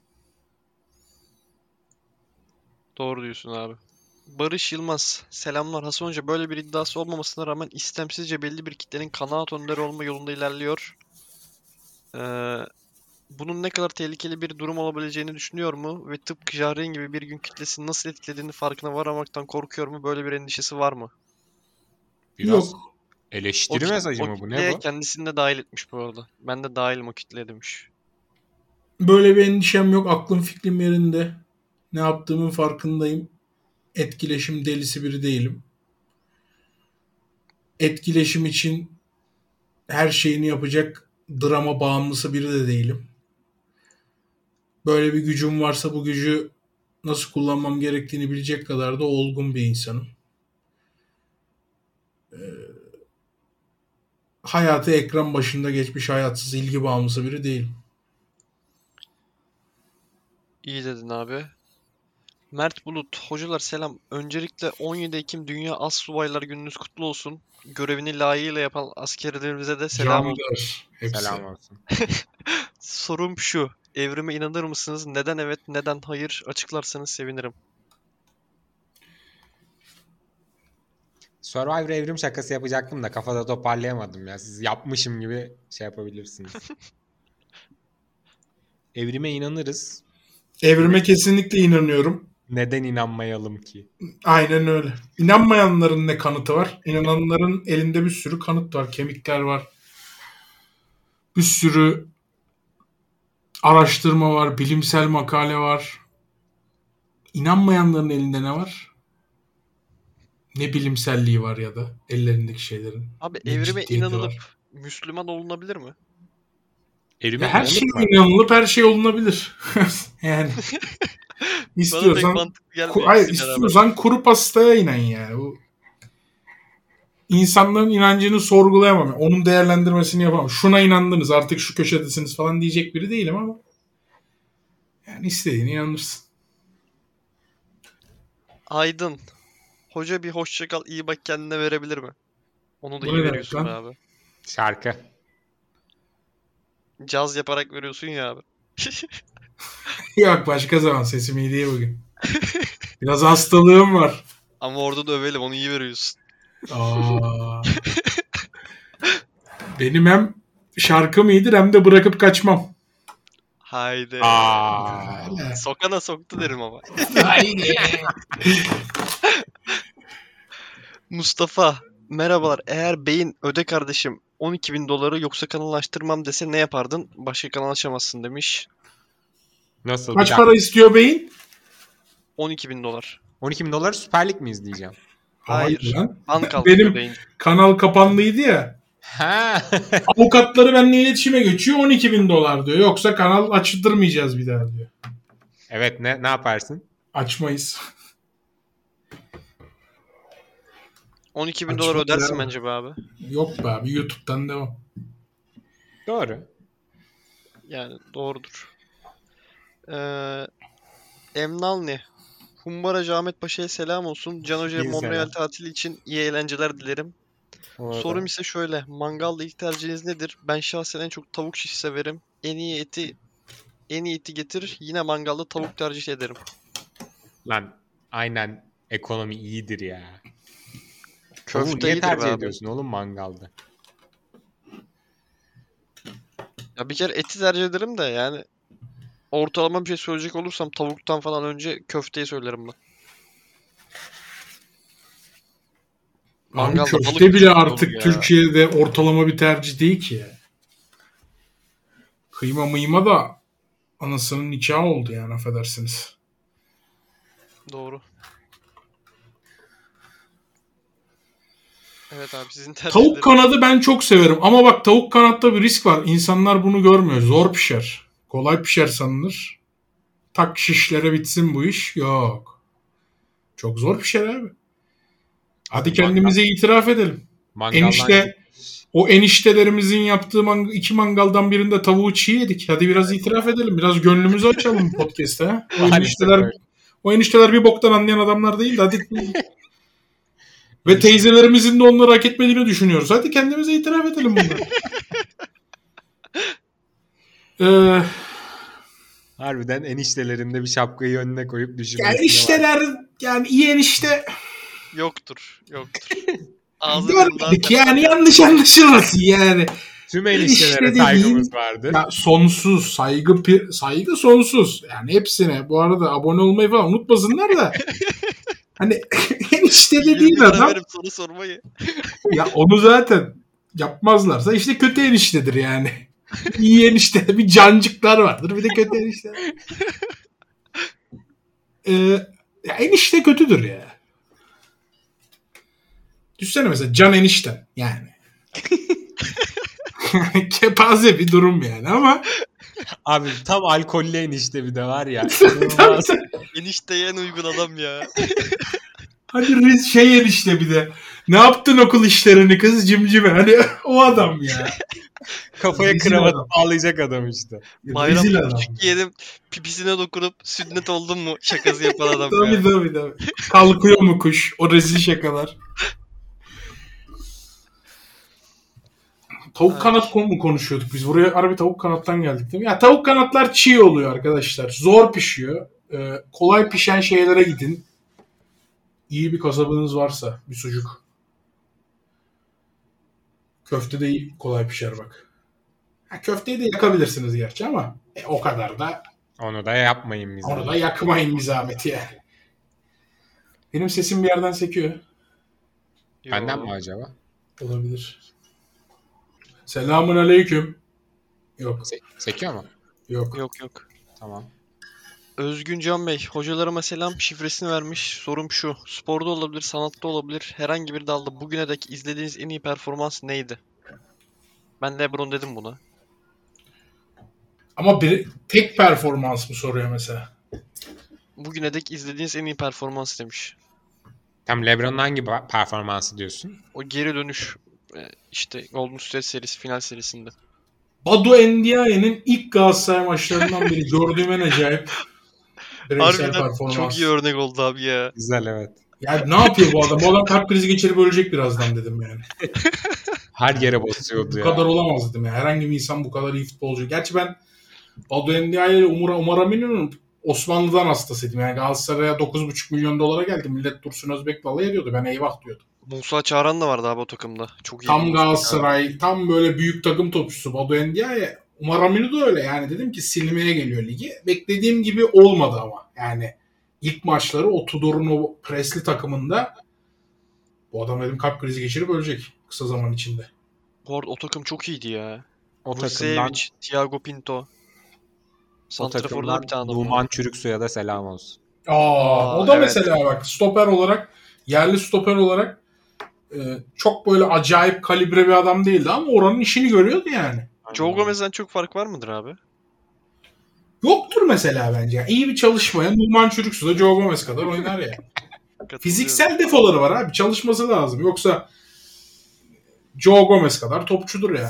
Doğru diyorsun abi. Barış Yılmaz. Selamlar Hasan Hoca. Böyle bir iddiası olmamasına rağmen istemsizce belli bir kitlenin kanaat önderi olma yolunda ilerliyor. Ee, bunun ne kadar tehlikeli bir durum olabileceğini düşünüyor mu? Ve tıpkı Jahreyn gibi bir gün kitlesini nasıl etkilediğini farkına varamaktan korkuyor mu? Böyle bir endişesi var mı? Biraz Yok. O, eleştiri kit- mesajı o mı bu? Ne kitleye bu? kendisini de dahil etmiş bu arada. Ben de dahilim o kitleye demiş. Böyle bir endişem yok. Aklım fikrim yerinde. Ne yaptığımın farkındayım. Etkileşim delisi biri değilim. Etkileşim için her şeyini yapacak drama bağımlısı biri de değilim. Böyle bir gücüm varsa bu gücü nasıl kullanmam gerektiğini bilecek kadar da olgun bir insanım. Ee, hayatı ekran başında geçmiş hayatsız ilgi bağımlısı biri değilim. İyi dedin abi. Mert Bulut. Hocalar selam. Öncelikle on yedi Ekim Dünya Astsubaylar Gününüz kutlu olsun. Görevini layığıyla yapan askerlerimize de selam olsun. Candır hepsi. Selam olsun. Sorum şu. Evrime inanır mısınız? Neden evet, neden hayır? Açıklarsanız sevinirim. Survivor evrim şakası yapacaktım da kafada toparlayamadım ya. Siz yapmışım gibi şey yapabilirsiniz. Evrime inanırız. Evrime kesinlikle inanıyorum. Neden inanmayalım ki? Aynen öyle. İnanmayanların ne kanıtı var? İnananların elinde bir sürü kanıt var. Kemikler var. Bir sürü araştırma var. Bilimsel makale var. İnanmayanların elinde ne var? Ne bilimselliği var ya da ellerindeki şeylerin. Abi Ne evrime ciddiyeti inanılıp var. Müslüman olunabilir mi? Evrime Ya her inanır şey mı? inanılıp her şey olunabilir. Yani Bana pek istiyorsan mantıklı ku- gelmiyor hayır, ikisi beraber. istiyorsan kuru pastaya inan yani. Bu insanların inancını sorgulayamam. Onun değerlendirmesini yapamam. Şuna inandınız artık şu köşedesiniz falan diyecek biri değilim ama yani istediğine inanırsın. Aydın. Hoca bir hoşça kal, iyi bak kendine verebilir mi? Onu da Bu iyi ne demek veriyorsun be lan? abi. Şarkı. Caz yaparak veriyorsun ya abi. Yok başka zaman, sesim iyi değil bugün. Biraz hastalığım var. Ama orada da övelim, onu iyi veriyorsun. Aa. Benim hem şarkım iyidir hem de bırakıp kaçmam. Haydi. Aa. Öyle. Sokana soktu derim ama. Haydi. Mustafa. Merhabalar. Eğer beyin öde kardeşim on iki bin doları yoksa kanal açtırmam dese ne yapardın? Başka kanal açamazsın demiş. Nasıl? Bir Kaç dakika. para istiyor beyin? on iki bin dolar. on iki bin dolar Süper Lig mi izleyeceğim? Hayır. Hayır lan. Ban kaldırıyor Benim deyince. kanal kapandıydı ya. Ha. Avukatları benimle iletişime geçiyor, on iki bin dolar diyor. Yoksa kanal açtırmayacağız bir daha diyor. Evet, ne ne yaparsın? Açmayız. on iki bin dolar Açmak ödersin ya. bence be abi. Yok be abi, YouTube'dan devam. Doğru. Yani doğrudur. Ee, Emnalni. Humbaracı Ahmet Paşa'ya selam olsun. Can Hoca'ya Bir Montreal selam. tatili için iyi eğlenceler dilerim. Orada. Sorum ise şöyle. Mangalda ilk tercihiniz nedir? Ben şahsen en çok tavuk şiş severim. En iyi eti en iyi eti getir. Yine mangalda tavuk tercih ederim. Lan aynen, ekonomi iyidir ya. Tavuğu Köfte niye iyidir tercih be abi. ediyorsun oğlum mangalda? Ya bir kere eti tercih ederim de yani ortalama bir şey söyleyecek olursam tavuktan falan önce köfteyi söylerim ben. Abi Mangalda balık köfte bile pişiriyor artık ya. Türkiye'de ortalama bir tercih değil ki ya. Kıyma mıyma da anasının nikahı oldu yani, affedersiniz. Doğru. Evet abi sizin Tavuk tercihleriniz. kanadı ben çok severim ama bak, tavuk kanatta bir risk var. İnsanlar bunu görmüyor. Zor pişer. Kolay pişer sanılır. Tak şişlere bitsin bu iş. Yok. Çok zor pişer abi. Hadi kendimize itiraf edelim. Mangaldan Enişte, o eniştelerimizin yaptığı man- iki mangaldan birinde tavuğu çiğ yedik. Hadi biraz itiraf edelim. Biraz gönlümüzü açalım bu podcast'te. ha? O Maalesef enişteler, öyle. O enişteler bir boktan anlayan adamlar değil de hadi. Ve teyzelerimizin de onları hak etmediğini düşünüyoruz. Hadi kendimize itiraf edelim bunları. Ee, Harbiden eniştelerinde bir şapkayı önüne koyup yani düşünmesi de var. enişteler yani iyi enişte Yoktur. Yoktur. Ağzı burnundan görmedik yani tepeden- yanlış anlaşılmasın yani. Tüm eniştelere Enişte saygımız dediğin- vardır. Ya sonsuz saygı pi- saygı sonsuz. Yani hepsine bu arada abone olmayı falan unutmasınlar da. Hani enişte yirmi dediğin lira adam verip soru sormayı. ya onu zaten yapmazlarsa işte kötü eniştedir yani. İyi enişte bir cancıklar vardır bir de kötü enişte. Ee, ya enişte kötüdür ya. Düşünsene mesela can enişten yani. Kepaze bir durum yani ama Abi tam alkollü enişte bir de var ya. tabii, inanılmaz. tabii. Enişteye en uygun adam ya. Hadi riz şey enişte bir de. Ne yaptın okul işlerini kız cimcime? Hani o adam ya. Kafaya Rezil kravat adam. bağlayacak adam işte. Bayramda Rezil adam. küçük yeğenim pipisine dokunup sünnet oldun mu şakası yapan adam Tabii ya. tabii tabii. Kalkıyor mu kuş? O rezil şakalar. Tavuk Ay. kanat konu mu konuşuyorduk biz? Buraya harbi tavuk kanattan geldik değil mi? Ya tavuk kanatlar çiğ oluyor arkadaşlar. Zor pişiyor. Ee, kolay pişen şeylere gidin. İyi bir kasabınız varsa bir sucuk. Köfte de iyi, kolay pişer bak. Ha, köfteyi de yakabilirsiniz gerçi ama e, o kadar da Onu da yapmayın bize. onu da yakmayın bir zahmet yani. Benim sesim bir yerden sekiyor. Benden Yo. mi acaba? Olabilir. Selamun aleyküm. Yok. Se- sekiyor mu? Yok. Yok yok. Tamam. Özgün Can Bey, hocalarıma selam şifresini vermiş. Sorum şu, sporda olabilir, sanatta olabilir, herhangi bir dalda bugüne dek izlediğiniz en iyi performans neydi? Ben LeBron dedim buna. Ama bir, tek performans mı soruyor mesela? Bugüne dek izlediğiniz en iyi performans demiş. Tam LeBron'un hangi ba- performansı diyorsun? O geri dönüş, e, işte Golden State serisi, final serisinde. Badu Endiaye'nin ilk Galatasaray maçlarından biri. Gördüğüm en acayip bireysel Harbiden performans. çok iyi örnek oldu abi ya. Güzel evet. Yani ne yapıyor bu adam? Bu adam kalp krizi geçirip ölecek birazdan dedim yani. Her yere basıyordu Bu ya. kadar olamaz dedim. Yani. Herhangi bir insan bu kadar iyi futbolcu. Gerçi ben Badu Endiaye ile Umur, Umar Aminu'nun Osmanlı'dan hastasıydım. Yani Galatasaray'a dokuz buçuk milyon dolara geldi. Millet Dursun Özbek'le alay ediyordu. Ben eyvah diyordum. Musa Çağran da vardı abi o takımda. Çok iyi. Tam Musa Çağran. Galatasaray, tam böyle büyük takım topçusu Badu Endiaye. Umar Aminu da öyle. Yani dedim ki silmeye geliyor ligi. Beklediğim gibi olmadı ama. Yani ilk maçları o Tudor'un o presli takımında bu adam dedim kalp krizi geçirip ölecek kısa zaman içinde. Bu arada o takım çok iyiydi ya. O takımdan, Vucevic, Thiago Pinto. o Santrafor'da bir tane takımdan adam var. Numan Çürüksu'ya da selam olsun. Aa, Aa, o da evet. mesela bak stoper olarak, yerli stoper olarak e, çok böyle acayip kalibre bir adam değildi ama oranın işini görüyordu yani. Joe Gomez'den çok fark var mıdır abi? Yoktur mesela bence. Yani iyi bir çalışmaya Numan Çürüksu da Joe Gomez kadar oynar ya. Katılıyorum. Fiziksel defoları var abi. Çalışması lazım. Yoksa Joe Gomez kadar topçudur yani.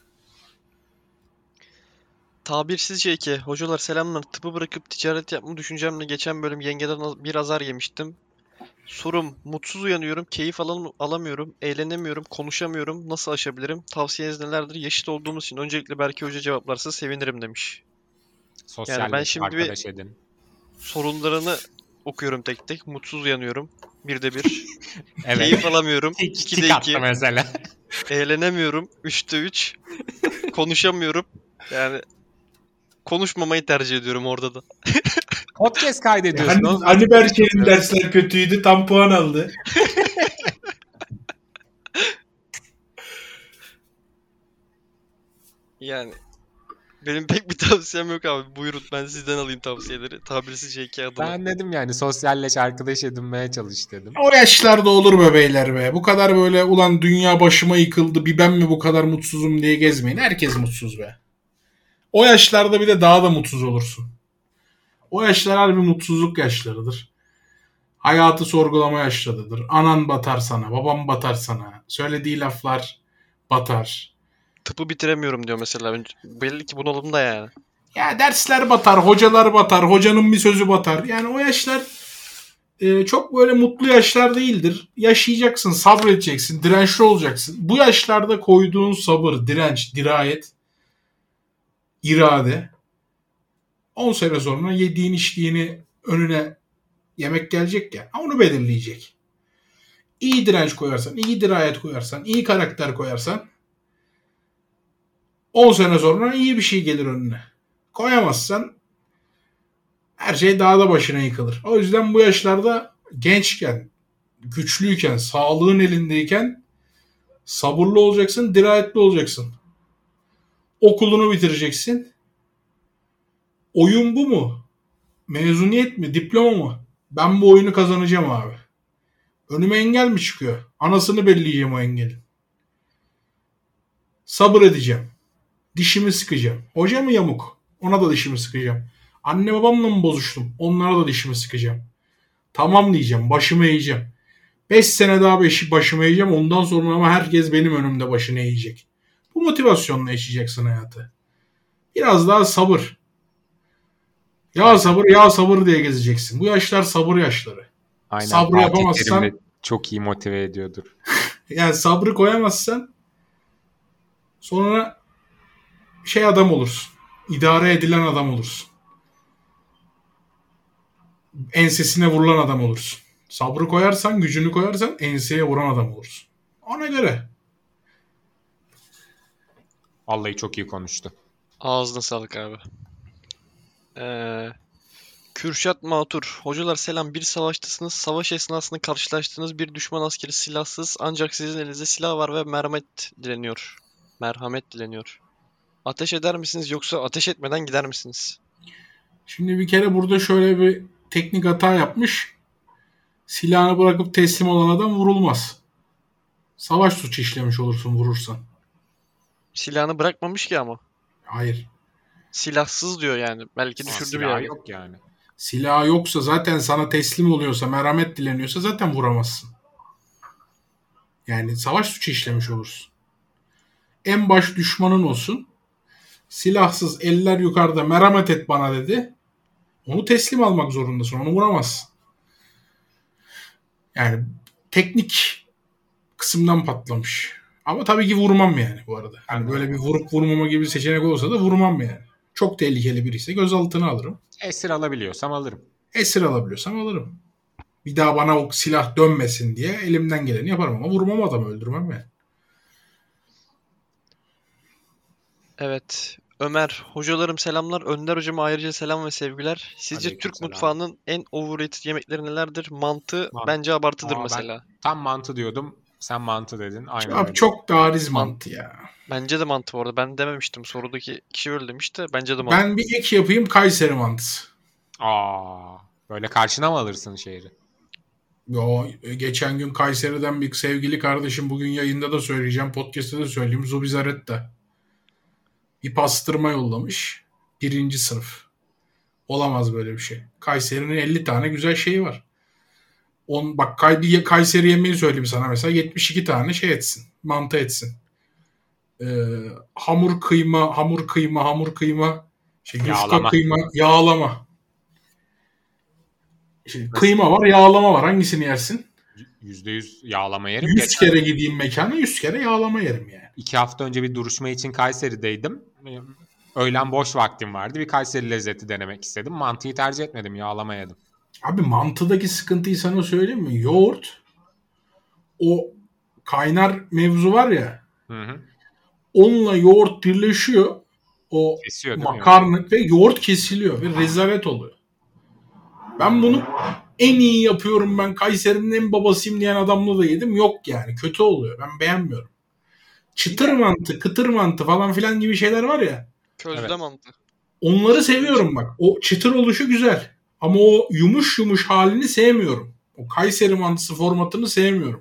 Tabirsizce iki. Hocalar selamlar. Tıpı bırakıp ticaret yapma düşüncemle geçen bölüm yengeden az- bir azar yemiştim. Sorum, mutsuz uyanıyorum, keyif alam alamıyorum, eğlenemiyorum, konuşamıyorum. Nasıl aşabilirim? Tavsiyeniz nelerdir? Yaşıt olduğumuz için öncelikle Berke Hoca cevaplarsa sevinirim demiş. Sosyal Yani ben bir şimdi bir- arkadaş edin. Sorunlarını okuyorum tek tek. Mutsuz uyanıyorum. Bir de bir. Evet. Keyif alamıyorum. Tik, İki de tik attı iki. mesela. Eğlenemiyorum. Üçte üç. Konuşamıyorum. Yani konuşmamayı tercih ediyorum orada da. Podcast kaydediyorsun. Hani, oğlum. hani Berke'nin dersler kötüydü. Tam puan aldı. Yani benim pek bir tavsiyem yok abi. Buyurun ben sizden alayım tavsiyeleri. Tabirsizce iki adına. Ben dedim yani sosyalleş arkadaş edinmeye çalış dedim. O yaşlarda olur be beyler be. Bu kadar böyle ulan dünya başıma yıkıldı bir ben mi bu kadar mutsuzum diye gezmeyin. Herkes mutsuz be. O yaşlarda bir de daha da mutsuz olursun. O yaşlar harbi mutsuzluk yaşlarıdır. Hayatı sorgulama yaşlarıdır. Anan batar sana, babam batar sana. Söylediği laflar batar. Tıpı bitiremiyorum diyor mesela. Belli ki bunalımda yani. Ya dersler batar, hocalar batar, hocanın bir sözü batar. Yani o yaşlar e, çok böyle mutlu yaşlar değildir. Yaşayacaksın, sabredeceksin, dirençli olacaksın. Bu yaşlarda koyduğun sabır, direnç, dirayet, irade on sene sonra yediğin içtiğini önüne yemek gelecek ya, onu belirleyecek. İyi direnç koyarsan, iyi dirayet koyarsan, iyi karakter koyarsan on sene sonra iyi bir şey gelir önüne. Koyamazsan her şey dağda başına yıkılır. O yüzden bu yaşlarda gençken, güçlüyken, sağlığın elindeyken sabırlı olacaksın, dirayetli olacaksın. Okulunu bitireceksin. Oyun bu mu? Mezuniyet mi? Diploma mı? Ben bu oyunu kazanacağım abi. Önüme engel mi çıkıyor? Anasını belleyeceğim o engelin. Sabır edeceğim. Dişimi sıkacağım. Hoca mı yamuk? Ona da dişimi sıkacağım. Anne babamla mı bozuştum? Onlara da dişimi sıkacağım. Tamam diyeceğim. Başımı eğeceğim. beş sene daha beşi başımı eğeceğim. Ondan sonra ama herkes benim önümde başını eğecek. Bu motivasyonla yaşayacaksın hayatı. Biraz daha sabır. Ya sabır ya sabır diye gezeceksin. Bu yaşlar sabır yaşları. Aynen. Sabrı Fatih yapamazsan Terim de çok iyi motive ediyordur. yani sabrı koyamazsan sonra şey adam olursun. İdare edilen adam olursun. Ensesine vurulan adam olursun. Sabrı koyarsan, gücünü koyarsan enseye vuran adam olursun. Ona göre. Vallahi çok iyi konuştu. Ağzına sağlık abi. Ee, Kürşat Matur. Hocalar selam. Bir savaştasınız. Savaş esnasında karşılaştığınız bir düşman askeri silahsız. Ancak sizin elinizde silah var ve merhamet dileniyor. Merhamet dileniyor. Ateş eder misiniz yoksa ateş etmeden gider misiniz? Şimdi bir kere burada şöyle bir teknik hata yapmış. Silahını bırakıp teslim olan adam vurulmaz. Savaş suçu işlemiş olursun vurursan. Silahını bırakmamış ki ama. Hayır. Silahsız diyor yani. Belki Ama düşürdü bir silahı yerde. yok yani. Silahı yoksa zaten sana teslim oluyorsa, merhamet dileniyorsa zaten vuramazsın. Yani savaş suçu işlemiş olursun. En baş düşmanın olsun. Silahsız, eller yukarıda merhamet et bana dedi. Onu teslim almak zorundasın. Onu vuramazsın. Yani teknik kısımdan patlamış. Ama tabii ki vurmam yani bu arada. Hani böyle bir vurup vurmama gibi bir seçenek olsa da vurmam yani. Çok tehlikeli biriyse gözaltına alırım. Esir alabiliyorsam alırım. Esir alabiliyorsam alırım. Bir daha bana o silah dönmesin diye elimden geleni yaparım ama vurmam adamı, öldürmem yani. Evet. Ömer, hocalarım selamlar. Önder hocama ayrıca selam ve sevgiler. Sizce Türk Aleykümselam. mutfağının en overrated yemekleri nelerdir? Mantı Mantı. bence abartıdır Aa, ben mesela. tam mantı diyordum. Sen mantı dedin. Aynen Abi öyle. çok bariz mantı ya. Bence de mantı bu arada. Ben dememiştim. Sorudaki kişi öyle demişti. Bence de mantı. Ben bir ek yapayım, Kayseri mantısı. Aa, böyle karşına mı alırsın şehri? Yo, geçen gün Kayseri'den bir sevgili kardeşim, bugün yayında da söyleyeceğim, podcast'ta da söyleyeyim, Zubizarreta bir pastırma yollamış. Birinci sınıf. Olamaz böyle bir şey. Kayseri'nin elli tane güzel şeyi var. On, bak Kay, bir Kayseri yemeği söyleyeyim sana mesela, yetmiş iki tane şey etsin. Mantı etsin. Ee, hamur kıyma, hamur kıyma, hamur kıyma, şey, yufka Yağlama. kıyma, yağlama. Şimdi kıyma var, yağlama var. Hangisini yersin? yüzde yüz yağlama yerim. yüz Geçen kere gideyim mekana, yüz kere yağlama yerim yani. iki hafta önce bir duruşma için Kayseri'deydim. Öğlen boş vaktim vardı. Bir Kayseri lezzeti denemek istedim. Mantıyı tercih etmedim. Yağlama yedim. Abi mantıdaki sıkıntıyı sana söyleyeyim mi? Yoğurt, o kaynar mevzu var ya, Hı hı. onunla yoğurt birleşiyor. O Kesiyor değil mi? makarna ve yoğurt kesiliyor ve rezalet oluyor. Ben bunu en iyi yapıyorum, ben Kayseri'nin en babasıyım diyen adamla da yedim. Yok yani, kötü oluyor. Ben beğenmiyorum. Çıtır mantı, kıtır mantı falan filan gibi şeyler var ya. Közde Evet. mantı. Onları seviyorum bak. O çıtır oluşu güzel. Ama o yumuş yumuş halini sevmiyorum. O Kayseri mantısı formatını sevmiyorum.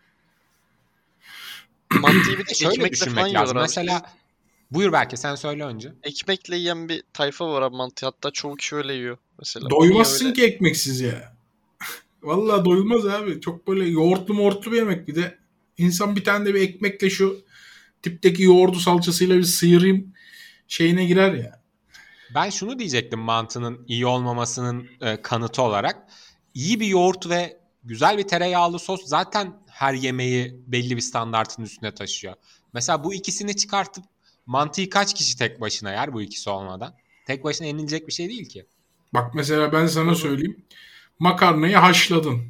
Mantıyı bir de Şöyle ekmekle düşünmek falan yiyorlar lazım. abi. Mesela buyur belki sen söyle önce. Ekmekle yiyen bir tayfa var abi mantıyı. Hatta çoğu kişi öyle yiyor mesela. Doymazsın Öyle. ki ekmeksiz ya. Vallahi doyulmaz abi. Çok böyle yoğurtlu mortlu bir yemek bir de. İnsan bir tane de bir ekmekle şu tipteki yoğurdu salçasıyla bir sıyırayım şeyine girer ya. Ben şunu diyecektim mantının iyi olmamasının e, kanıtı olarak. İyi bir yoğurt ve güzel bir tereyağlı sos zaten her yemeği belli bir standartın üstüne taşıyor. Mesela bu ikisini çıkartıp mantıyı kaç kişi tek başına yer bu ikisi olmadan? Tek başına yenilecek bir şey değil ki. Bak mesela ben sana söyleyeyim. Makarnayı haşladın.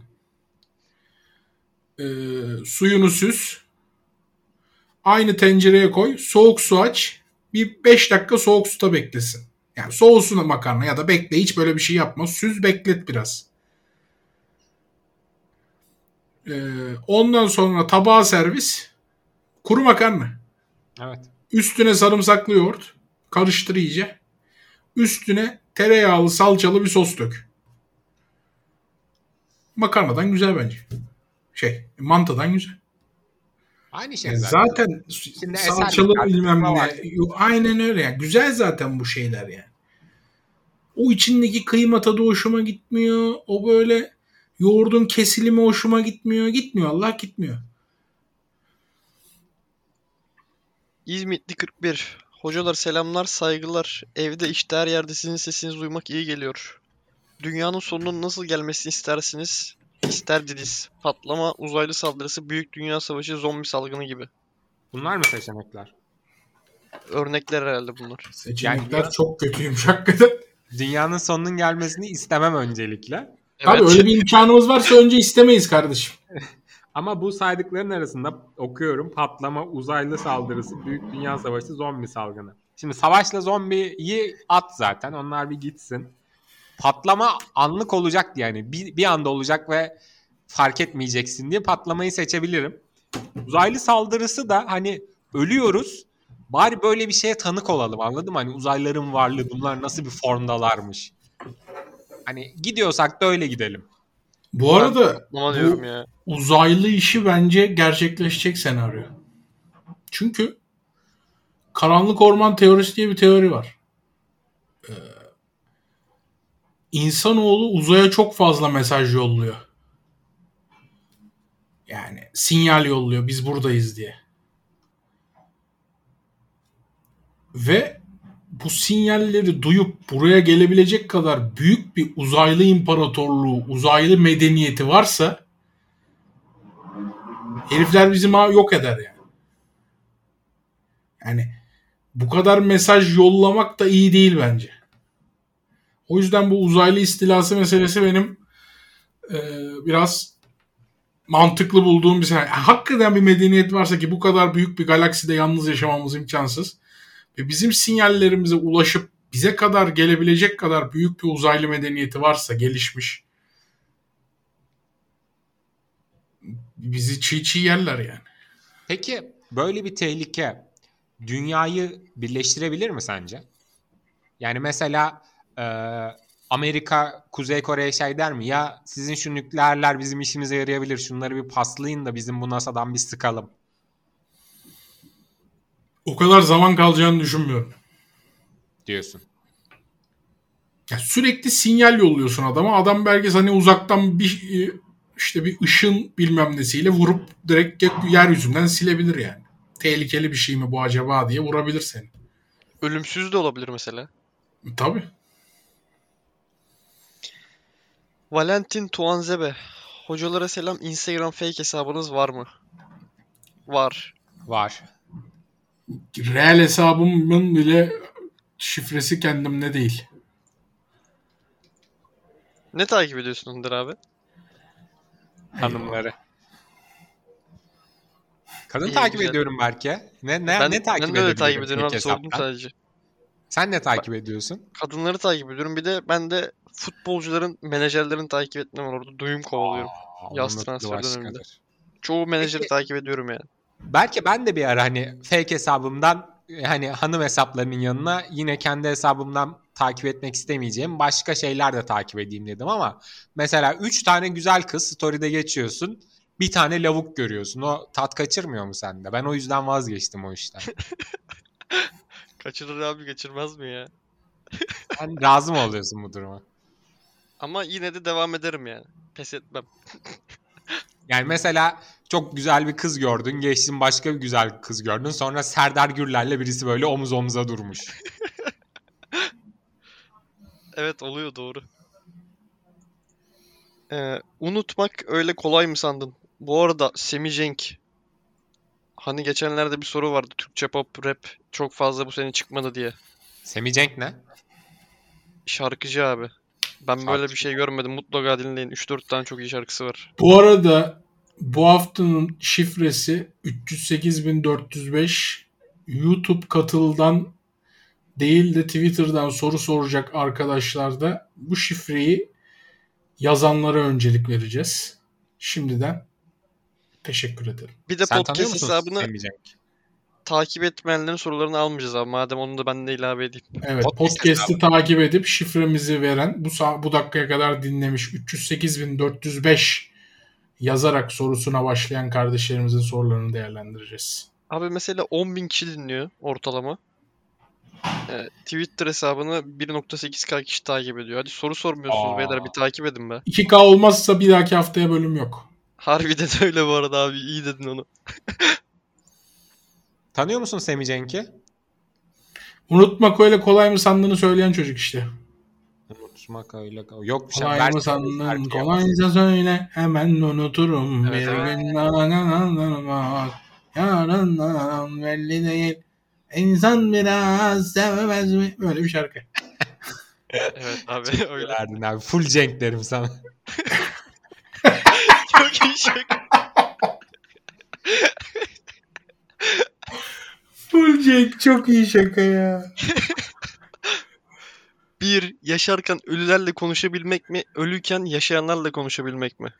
Ee, suyunu süz. Aynı tencereye koy. Soğuk su aç. Bir beş dakika soğuk suda beklesin. Yani soğusun makarna ya da bekle. Hiç böyle bir şey yapma. Süz, beklet biraz. Ee, ondan sonra tabağa servis. Kuru makarna. Evet. Üstüne sarımsaklı yoğurt. Karıştır iyice. Üstüne tereyağlı salçalı bir sos dök. Makarnadan güzel bence. Şey, mantıdan güzel. Aynı şey Yani zaten. zaten İçinde salçalı eser bilmem var. ne. Aynen öyle yani. Güzel zaten bu şeyler yani. O içindeki kıyma tadı hoşuma gitmiyor. O böyle yoğurdun kesilimi hoşuma gitmiyor. Gitmiyor, Allah gitmiyor. İzmitli kırk bir. Hocalar selamlar, saygılar. Evde işte her yerde sizin sesinizi duymak iyi geliyor. Dünyanın sonunun nasıl gelmesini istersiniz? İsterdiniz. Patlama, uzaylı saldırısı, büyük dünya savaşı, zombi salgını gibi. Bunlar mı seçenekler? Örnekler herhalde bunlar. Seçenekler Yani- çok kötüymüş hakikaten. Dünyanın sonunun gelmesini istemem öncelikle. Tabii öyle bir imkanımız varsa önce istemeyiz kardeşim. Ama bu saydıkların arasında okuyorum patlama, uzaylı saldırısı, büyük dünya savaşı, zombi salgını. Şimdi savaşla zombiyi at zaten. Onlar bir gitsin. Patlama anlık olacak yani. Bir, bir anda olacak ve fark etmeyeceksin diye patlamayı seçebilirim. Uzaylı saldırısı da hani ölüyoruz. Bari böyle bir şeye tanık olalım, anladın mı? Hani uzaylıların varlığı, bunlar nasıl bir formdalarmış. Hani gidiyorsak da öyle gidelim. Bu arada Patlama bu diyorum ya. uzaylı işi bence gerçekleşecek senaryo. Çünkü karanlık orman teorisi diye bir teori var. Ee, insanoğlu uzaya çok fazla mesaj yolluyor. Yani sinyal yolluyor biz buradayız diye. Ve bu sinyalleri duyup buraya gelebilecek kadar büyük bir uzaylı imparatorluğu, uzaylı medeniyeti varsa herifler bizi ma- yok eder yani. Yani bu kadar mesaj yollamak da iyi değil bence. O yüzden bu uzaylı istilası meselesi benim e, biraz mantıklı bulduğum bir şey. Hakikaten bir medeniyet varsa ki bu kadar büyük bir galakside yalnız yaşamamız imkansız. Ve bizim sinyallerimize ulaşıp bize kadar gelebilecek kadar büyük bir uzaylı medeniyeti varsa gelişmiş. Bizi çiğ çiğ yerler yani. Peki böyle bir tehlike dünyayı birleştirebilir mi sence? Yani mesela e, Amerika Kuzey Kore'ye şey der mi? Ya sizin şu nükleerler bizim işimize yarayabilir. Şunları bir paslayın da bizim bu NASA'dan bir sıkalım. O kadar zaman kalacağını düşünmüyorum. Diyorsun. Ya sürekli sinyal yolluyorsun adama. Adam belki hani uzaktan bir işte bir ışın bilmem nesiyle vurup direkt yeryüzünden silebilir yani. Tehlikeli bir şey mi bu acaba diye vurabilir seni. Ölümsüz de olabilir mesela. Tabii. Valentin Tuanzebe. Hocalara selam. Instagram fake hesabınız var mı? Var. Var. Real hesabımın bile şifresi kendimde değil. Ne takip ediyorsun Önder abi? Hanımları. Kadın İyi, takip güzel. ediyorum belki. Ne ne Ben, ne takip ben de öyle takip edebilirim ediyorum tek abi, sordum hesaptan? sadece. Sen ne takip ediyorsun? Kadınları takip ediyorum. Bir de ben de futbolcuların menajerlerini takip etmem var orada. Duyum kovalıyorum. Aa, Yaz onun transfer mutlu döneminde. başkadır. Çoğu menajeri Peki- takip ediyorum yani. Belki ben de bir ara hani fake hesabımdan hani hanım hesaplarının yanına yine kendi hesabımdan takip etmek istemeyeceğim başka şeyler de takip edeyim dedim ama mesela üç tane güzel kız story'de geçiyorsun. Bir tane lavuk görüyorsun. O tat kaçırmıyor mu sende? Ben o yüzden vazgeçtim o işten. Kaçırır abi, kaçırmaz mı ya? Sen razı mı oluyorsun bu duruma? Ama yine de devam ederim yani. Pes etmem. Yani mesela çok güzel bir kız gördün. Geçtin başka bir güzel kız gördün. Sonra Serdar Gürler'le birisi böyle omuz omuza durmuş. Evet oluyor doğru. Ee, unutmak öyle kolay mı sandın? Bu arada Semih Cenk. Hani geçenlerde bir soru vardı. Türkçe pop rap çok fazla bu sene çıkmadı diye. Semih Cenk ne? Şarkıcı abi. Ben böyle bir Şarkıcı. şey görmedim. Mutlaka dinleyin. üç dört tane çok iyi şarkısı var. Bu arada bu haftanın şifresi üç yüz sekiz bin dört yüz beş. YouTube katıldan değil de Twitter'dan soru soracak arkadaşlar da bu şifreyi yazanlara öncelik vereceğiz. Şimdiden teşekkür ederim. Bir de Sen tanıyor podcast musun hesabını Semih Cenk? takip etmeyenlerin sorularını almayacağız abi. Madem onu da ben de ilave edeyim. Evet, Podcast podcast'i hesabı. takip edip şifremizi veren bu sa- bu dakikaya kadar dinlemiş üç yüz sekiz bin dört yüz beş yazarak sorusuna başlayan kardeşlerimizin sorularını değerlendireceğiz. Abi mesela on bin kişi dinliyor ortalama. Ee, Twitter hesabını bir nokta sekiz K kişi takip ediyor. Hadi soru sormuyorsunuz Aa. beyler, bir takip edin be. iki K olmazsa bir dahaki haftaya bölüm yok. Harbiden öyle bu arada abi. İyi dedin onu. Tanıyor musun Semih Cenk'i? Unutmak öyle kolay mı sandığını söyleyen çocuk işte. Unutmak öyle. Yok bir şey. Kolay Belki mı de sandın? şarkıya bas. Kolaysa söyle hemen unuturum. Evet, bir evet. gün anlamak yarından belli değil. İnsan biraz sevmez mi? Böyle bir şarkı. Evet abi öyle. Verdin abi. Full Cenk derim sana. Çok iyi şaka. Full Jack çok iyi şaka ya. Bir, yaşarken ölülerle konuşabilmek mi? Ölüyken yaşayanlarla konuşabilmek mi?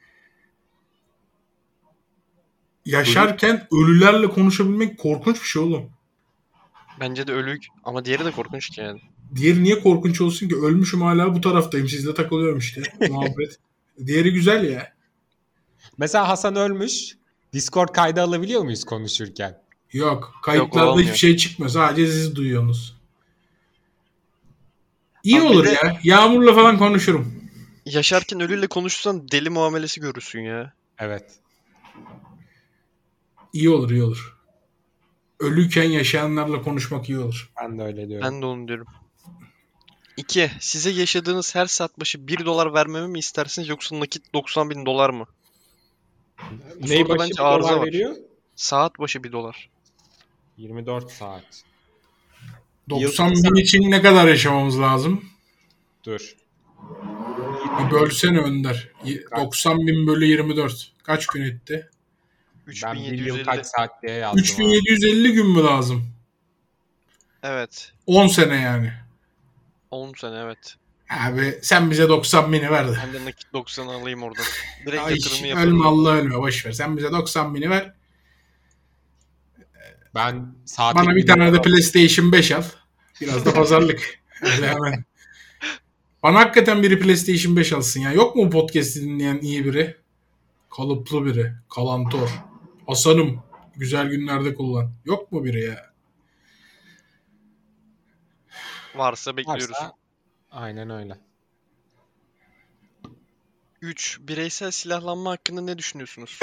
Yaşarken ölülerle konuşabilmek korkunç bir şey oğlum. Bence de ölü ama diğeri de korkunç ki yani. Diğeri niye korkunç olsun ki? Ölmüşüm hala bu taraftayım. Sizle takılıyorum işte. Muhabbet. Diğeri güzel ya. Mesela Hasan ölmüş. Discord kaydı alabiliyor muyuz konuşurken? Yok. Kayıtlarda olmuyor. hiçbir şey çıkmıyor. Sadece siz duyuyorsunuz. İyi Abi bir olur de- ya. Yağmur'la falan konuşurum. Yaşarken ölüyle konuşsan deli muamelesi görürsün ya. Evet. İyi olur, iyi olur. Ölüyken yaşayanlarla konuşmak iyi olur. Ben de öyle diyorum. Ben de onu diyorum. İki, size yaşadığınız her saat başı bir dolar vermemi mi istersiniz yoksa nakit doksan bin dolar mı? Bu Ney soruda başı bence bir dolar arıza var. veriyor? Saat başı bir dolar. yirmi dört saat. doksan Yıl- bin için ne kadar yaşamamız lazım? Dur. Bir bölsene Önder. Y- doksan bin bölü yirmi dört. Kaç gün etti? Ben bir yıl üç bin yedi yüz elli. kaç saat diye yazdım. üç bin yedi yüz elli gün mü lazım? Evet. on sene yani. on sene evet. Abi sen bize doksan bini ver de. Ben de nakit doksan alayım oradan. Direkt Ay, yatırımı yaparım. ölme Allah ölme boş ver. Sen bize doksan bini ver. Ben saat Bana bir tane de PlayStation beş al. Biraz da pazarlık. Öyle hemen. Bana hakikaten biri PlayStation beş alsın ya. Yok mu bu podcast'i dinleyen iyi biri? Kalıplı biri. Kalantor. Hasan'ım. Güzel günlerde kullan. Yok mu biri ya? Varsa bekliyoruz. varsa aynen öyle. üç. Bireysel silahlanma hakkında ne düşünüyorsunuz?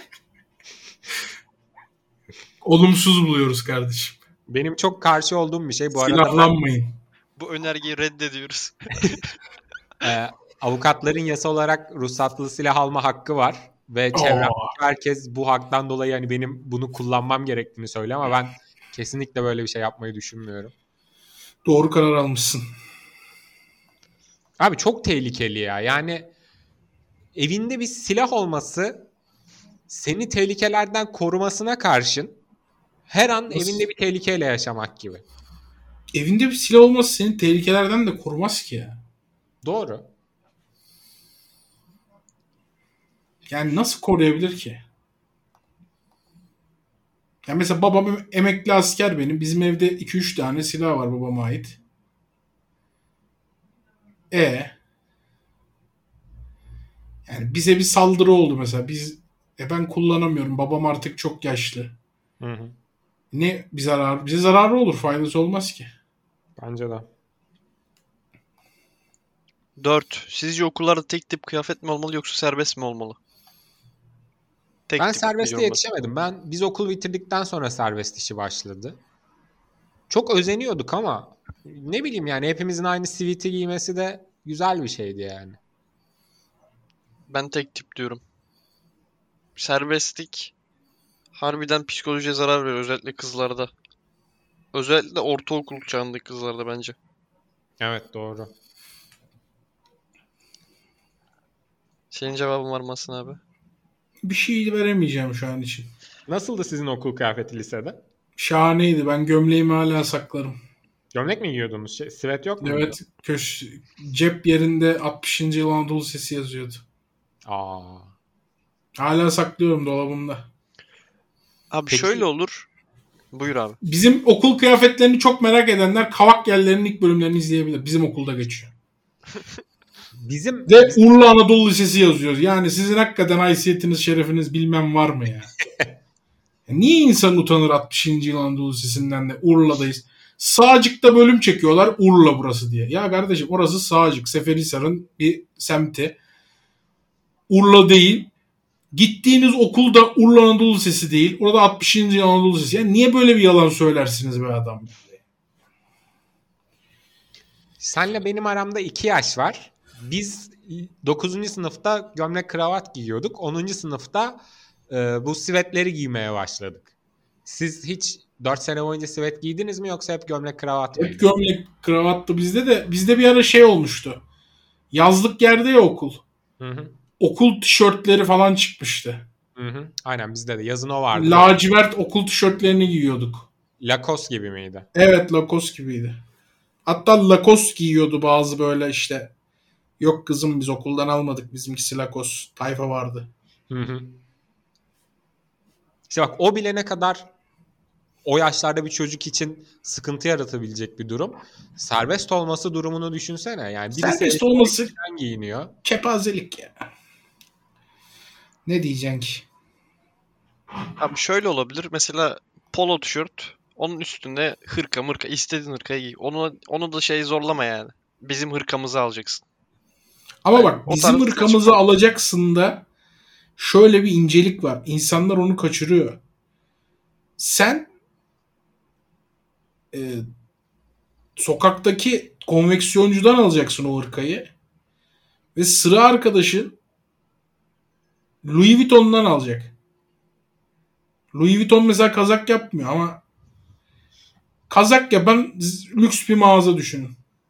Olumsuz buluyoruz kardeşim. Benim çok karşı olduğum bir şey. Bu arada Silahlanmayın. Bu önergeyi reddediyoruz. ben, e, avukatların yasa olarak ruhsatlı silah alma hakkı var. Ve çevremdeki Oo. herkes bu haktan dolayı yani benim bunu kullanmam gerektiğini söylüyor ama ben kesinlikle böyle bir şey yapmayı düşünmüyorum. Doğru karar almışsın. Abi çok tehlikeli ya. Yani evinde bir silah olması seni tehlikelerden korumasına karşın her an Nasıl? evinde bir tehlikeyle yaşamak gibi. Evinde bir silah olması seni tehlikelerden de korumaz ki ya. Doğru. Yani nasıl koruyabilir ki? Ya mesela babam emekli asker benim. Bizim evde iki üç tane silah var babama ait. E yani bize bir saldırı oldu mesela. Biz e ben kullanamıyorum. Babam artık çok yaşlı. Hı hı. Ne bir zarar bize zararı olur, faydası olmaz ki. Bence de. dört. Sizce okullarda tek tip kıyafet mi olmalı yoksa serbest mi olmalı? Tek Ben tip serbeste diyorum ben. yetişemedim. Ben biz okul bitirdikten sonra serbest işi başladı. çok özeniyorduk ama ne bileyim yani hepimizin aynı siviti giymesi de güzel bir şeydi yani. Ben tek tip diyorum. Serbestlik harbiden psikolojiye zarar veriyor, özellikle kızlarda. Özellikle ortaokul çağındaki kızlarda bence. Evet, doğru. Senin cevabın var mı Hasan abi? Bir şey veremeyeceğim şu an için. Nasıldı sizin okul kıyafeti lisede? Şahaneydi. Ben gömleğimi hala saklarım. Gömlek mi giyiyordunuz? Şey, sivet yok muydu? Evet. Köş cep yerinde altmışıncı yıl Anadolu Lisesi yazıyordu. Aa. Hala saklıyorum dolabımda. Abi Peki- şöyle olur. Buyur abi. Bizim okul kıyafetlerini çok merak edenler Kavak Yeller'in ilk bölümlerini izleyebilir. Bizim okulda geçiyor. Bizim Ve Urla Anadolu Lisesi yazıyoruz. Yani sizin hakikaten haysiyetiniz, şerefiniz bilmem var mı ya? Ya niye insan utanır altmışıncı yıl Anadolu Lisesi'nden de Urla'dayız. Sağcık'ta bölüm çekiyorlar Urla burası diye. Ya kardeşim orası Sağcık. Seferihisar'ın bir semti. Urla değil. Gittiğiniz okul da Urla Anadolu Lisesi değil. Orada altmışıncı yıl Anadolu Lisesi. Yani niye böyle bir yalan söylersiniz be adam? senle benim aramda iki yaş var. Biz dokuzuncu sınıfta gömlek kravat giyiyorduk. onuncu sınıfta e, bu sivetleri giymeye başladık. Siz hiç dört sene boyunca sivet giydiniz mi yoksa hep gömlek kravat mıydı? Hep gömlek, kravattı bizde de. Bizde bir ara şey olmuştu. Yazlık yerde ya okul. Hı hı. Okul tişörtleri falan çıkmıştı. Hı hı. Aynen bizde de yazın o vardı. Lacivert okul tişörtlerini giyiyorduk. Lacoste gibi miydi? Evet, Lacoste gibiydi. Hatta Lacoste giyiyordu bazı böyle işte. Yok kızım biz okuldan almadık, bizimkisi Lacoste tayfa vardı. Hı hı. İşte bak o bile ne kadar o yaşlarda bir çocuk için sıkıntı yaratabilecek bir durum. Serbest olması durumunu düşünsene. Yani birisi Serbest eski olması eskiden giyiniyor. kepazelik ya. Ne diyeceksin ki? Abi şöyle olabilir. Mesela polo tişört. Onun üstünde hırka mırka. istediğin hırkayı giy. Onu, onu da şey zorlama yani. Bizim hırkamızı alacaksın. Ama Yani bak o bizim tarz ırkamızı saçma. alacaksın da şöyle bir incelik var. İnsanlar onu kaçırıyor. Sen e, sokaktaki konveksiyoncudan alacaksın o hırkayı ve sıra arkadaşın Louis Vuitton'dan alacak. Louis Vuitton mesela kazak yapmıyor ama kazak yapan lüks bir mağaza düşünün.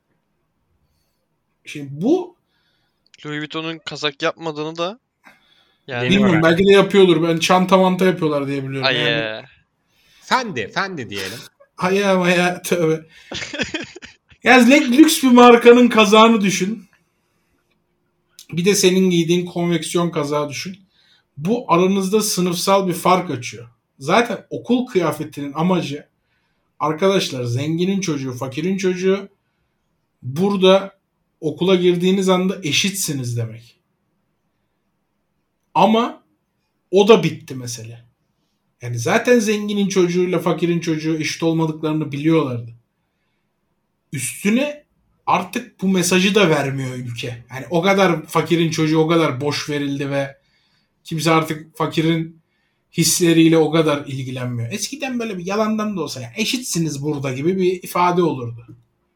Şimdi bu Louis Vuitton'un kazak yapmadığını da yani Yeni bilmiyorum öğrendim. belki de yapıyordur. Ben çanta manta yapıyorlar diye biliyorum. ay Yani, ee. Fendi, Fendi diyelim. hayal hayal tövbe. Yani lü- lüks bir markanın kazağını düşün. Bir de senin giydiğin konveksiyon kazağı düşün. Bu aranızda sınıfsal bir fark açıyor. Zaten okul kıyafetinin amacı arkadaşlar zenginin çocuğu, fakirin çocuğu burada okula girdiğiniz anda eşitsiniz demek. Ama o da bitti mesele. Yani zaten zenginin çocuğuyla fakirin çocuğu eşit olmadıklarını biliyorlardı. Üstüne artık bu mesajı da vermiyor ülke. Yani o kadar fakirin çocuğu o kadar boş verildi ve kimse artık fakirin hisleriyle o kadar ilgilenmiyor. Eskiden böyle bir yalandan da olsa yani eşitsiniz burada gibi bir ifade olurdu.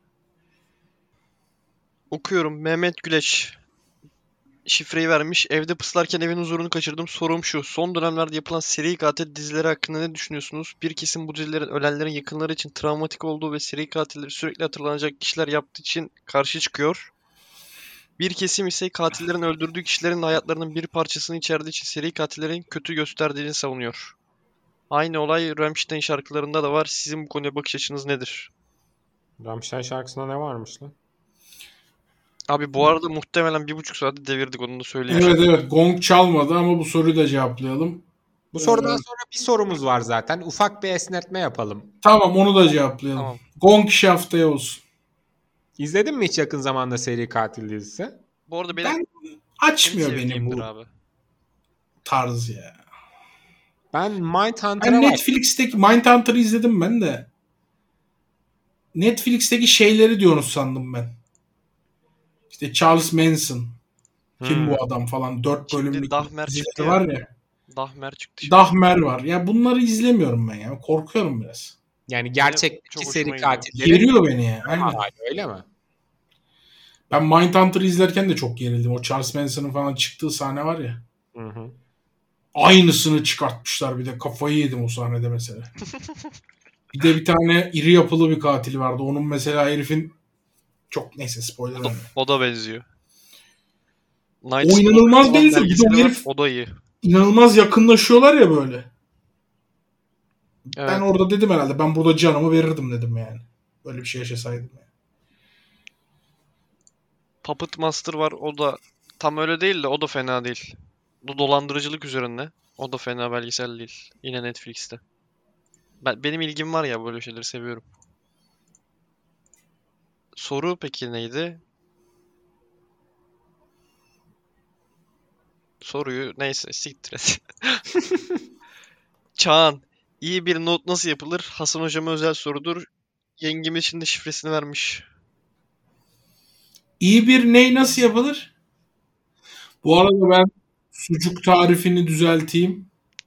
Okuyorum. Mehmet Güleç şifreyi vermiş. Evde pıslarken evin huzurunu kaçırdım. Sorum şu. Son dönemlerde yapılan seri katil dizileri hakkında ne düşünüyorsunuz? Bir kesim bu dizilerin ölenlerin yakınları için travmatik olduğu ve seri katilleri sürekli hatırlanacak kişiler yaptığı için karşı çıkıyor. Bir kesim ise katillerin öldürdüğü kişilerin hayatlarının bir parçasını içerdiği için seri katillerin kötü gösterdiğini savunuyor. Aynı olay Rammstein şarkılarında da var. Sizin bu konuya bakış açınız nedir? Rammstein şarkısında ne varmış lan? Abi bu arada muhtemelen bir buçuk saati devirdik, onu da söyleyeyim. Evet evet gong çalmadı ama bu soruyu da cevaplayalım. Bu sorudan Ee, sonra bir sorumuz var zaten. Ufak bir esnetme yapalım. Tamam onu da cevaplayalım. Tamam. Gong işi haftaya olsun. İzledin mi hiç yakın zamanda seri katil dizisi? Bu arada benim Ben en açmıyor benim sevdiğimdir bu abi. tarz ya. Ben Mindhunter'a Ben bak. Netflix'teki Mindhunter'ı izledim ben de. Netflix'teki şeyleri diyorsunuz sandım ben. İşte Charles Manson. Kim Hmm. bu adam falan. Dört Şimdi bölümlük Dahmer dizileri çıktı ya. var ya. Dahmer çıktı şimdi. Dahmer var. Ya bunları izlemiyorum ben ya. Korkuyorum biraz. Yani gerçekteki çok seri hoşuma gidiyor. katillerin Geriyor beni ya. Aynen. hali, öyle mi? Ben Mindhunter'ı izlerken de çok gerildim. O Charles Manson'ın falan çıktığı sahne var ya. Hı hı. Aynısını çıkartmışlar bir de. Kafayı yedim o sahnede mesela. Bir de bir tane iri yapılı bir katil vardı. Onun mesela herifin çok neyse spoiler O da, verme. o da benziyor. Night O Stalker inanılmaz falan benziyor. Bir de o belgeseli var. herif O da iyi. inanılmaz yakınlaşıyorlar ya böyle. Ben Evet. orada dedim herhalde ben burada canımı verirdim dedim yani. Böyle bir şey yaşasaydım yani. Puppet Master var. O da tam öyle değil de o da fena değil. Bu dolandırıcılık üzerine. O da fena belgesel değil. Yine Netflix'te. Ben, benim ilgim var ya, böyle şeyleri seviyorum. Soru peki neydi? Soruyu neyse siktir et. Çağan. İyi bir not nasıl yapılır? Hasan hocama özel sorudur. Yengemiz şimdi şifresini vermiş. İyi bir ney nasıl yapılır? Bu arada ben sucuk tarifini düzelteyim.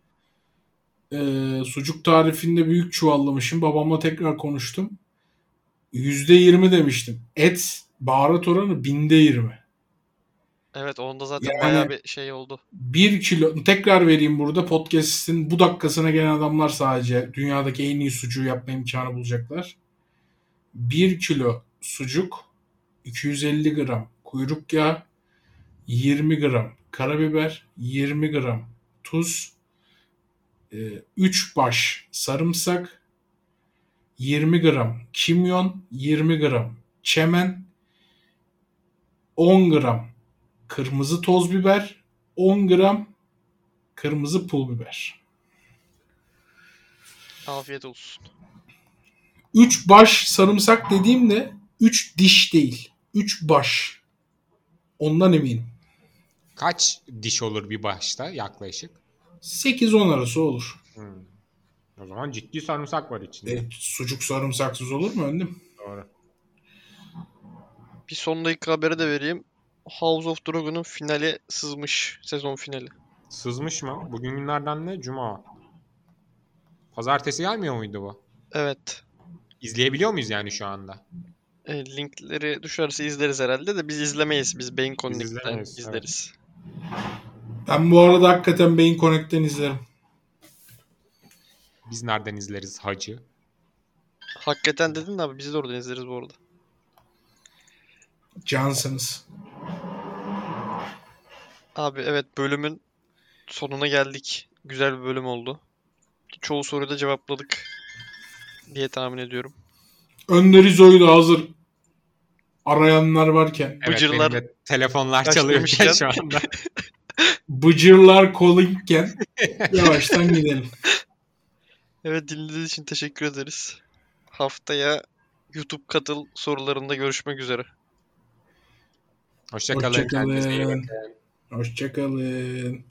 Ee, sucuk tarifinde büyük çuvallamışım. Babamla tekrar konuştum. yüzde yirmi demiştim. Et baharat oranı binde yirmi. Evet, onda zaten bayağı Yani bir şey oldu. bir kilo tekrar vereyim burada podcast'in bu dakikasına gelen adamlar sadece dünyadaki en iyi sucuğu yapma imkanı bulacaklar. bir kilo sucuk, iki yüz elli gram kuyruk yağı, yirmi gram karabiber, yirmi gram tuz, üç baş sarımsak, yirmi gram kimyon, yirmi gram çemen, on gram kırmızı toz biber, on gram kırmızı pul biber. Afiyet olsun. üç baş sarımsak dediğimde üç diş değil. üç baş. Ondan eminim. Kaç diş olur bir başta yaklaşık? sekiz on arası olur. Hmm. O zaman ciddi sarımsak var içinde. E, sucuk sarımsaksız olur mu önüm? Doğru. Bir son dakika haberi de vereyim. House of Dragon'un finali sızmış. Sezon finali. Sızmış mı? Bugün günlerden ne? Cuma. Pazartesi gelmiyor muydu bu? Evet. İzleyebiliyor muyuz yani şu anda? E, linkleri düşerse izleriz herhalde de biz izlemeyiz. Biz Beyin Connect'ten izlemeyiz, izleriz. Ben bu arada hakikaten Beyin Connect'ten izlerim. Biz nereden izleriz hacı? Hakikaten dedin de abi, biz de oradan izleriz bu arada. Cansınız. Abi evet, bölümün sonuna geldik. Güzel bir bölüm oldu. Çoğu soruyu da cevapladık diye tahmin ediyorum. Önder İzo'yu da hazır arayanlar varken. Evet, Bıcırlar benim de telefonlar kaç çalıyorken demişken. şu anda. Bıcırlar callingken yavaştan gidelim. Evet, dinlediğiniz için teşekkür ederiz. Haftaya YouTube katıl sorularında görüşmek üzere. Hoşçakalın. Kendinize iyi Hoşçakalın. bakın. Hoşçakalın.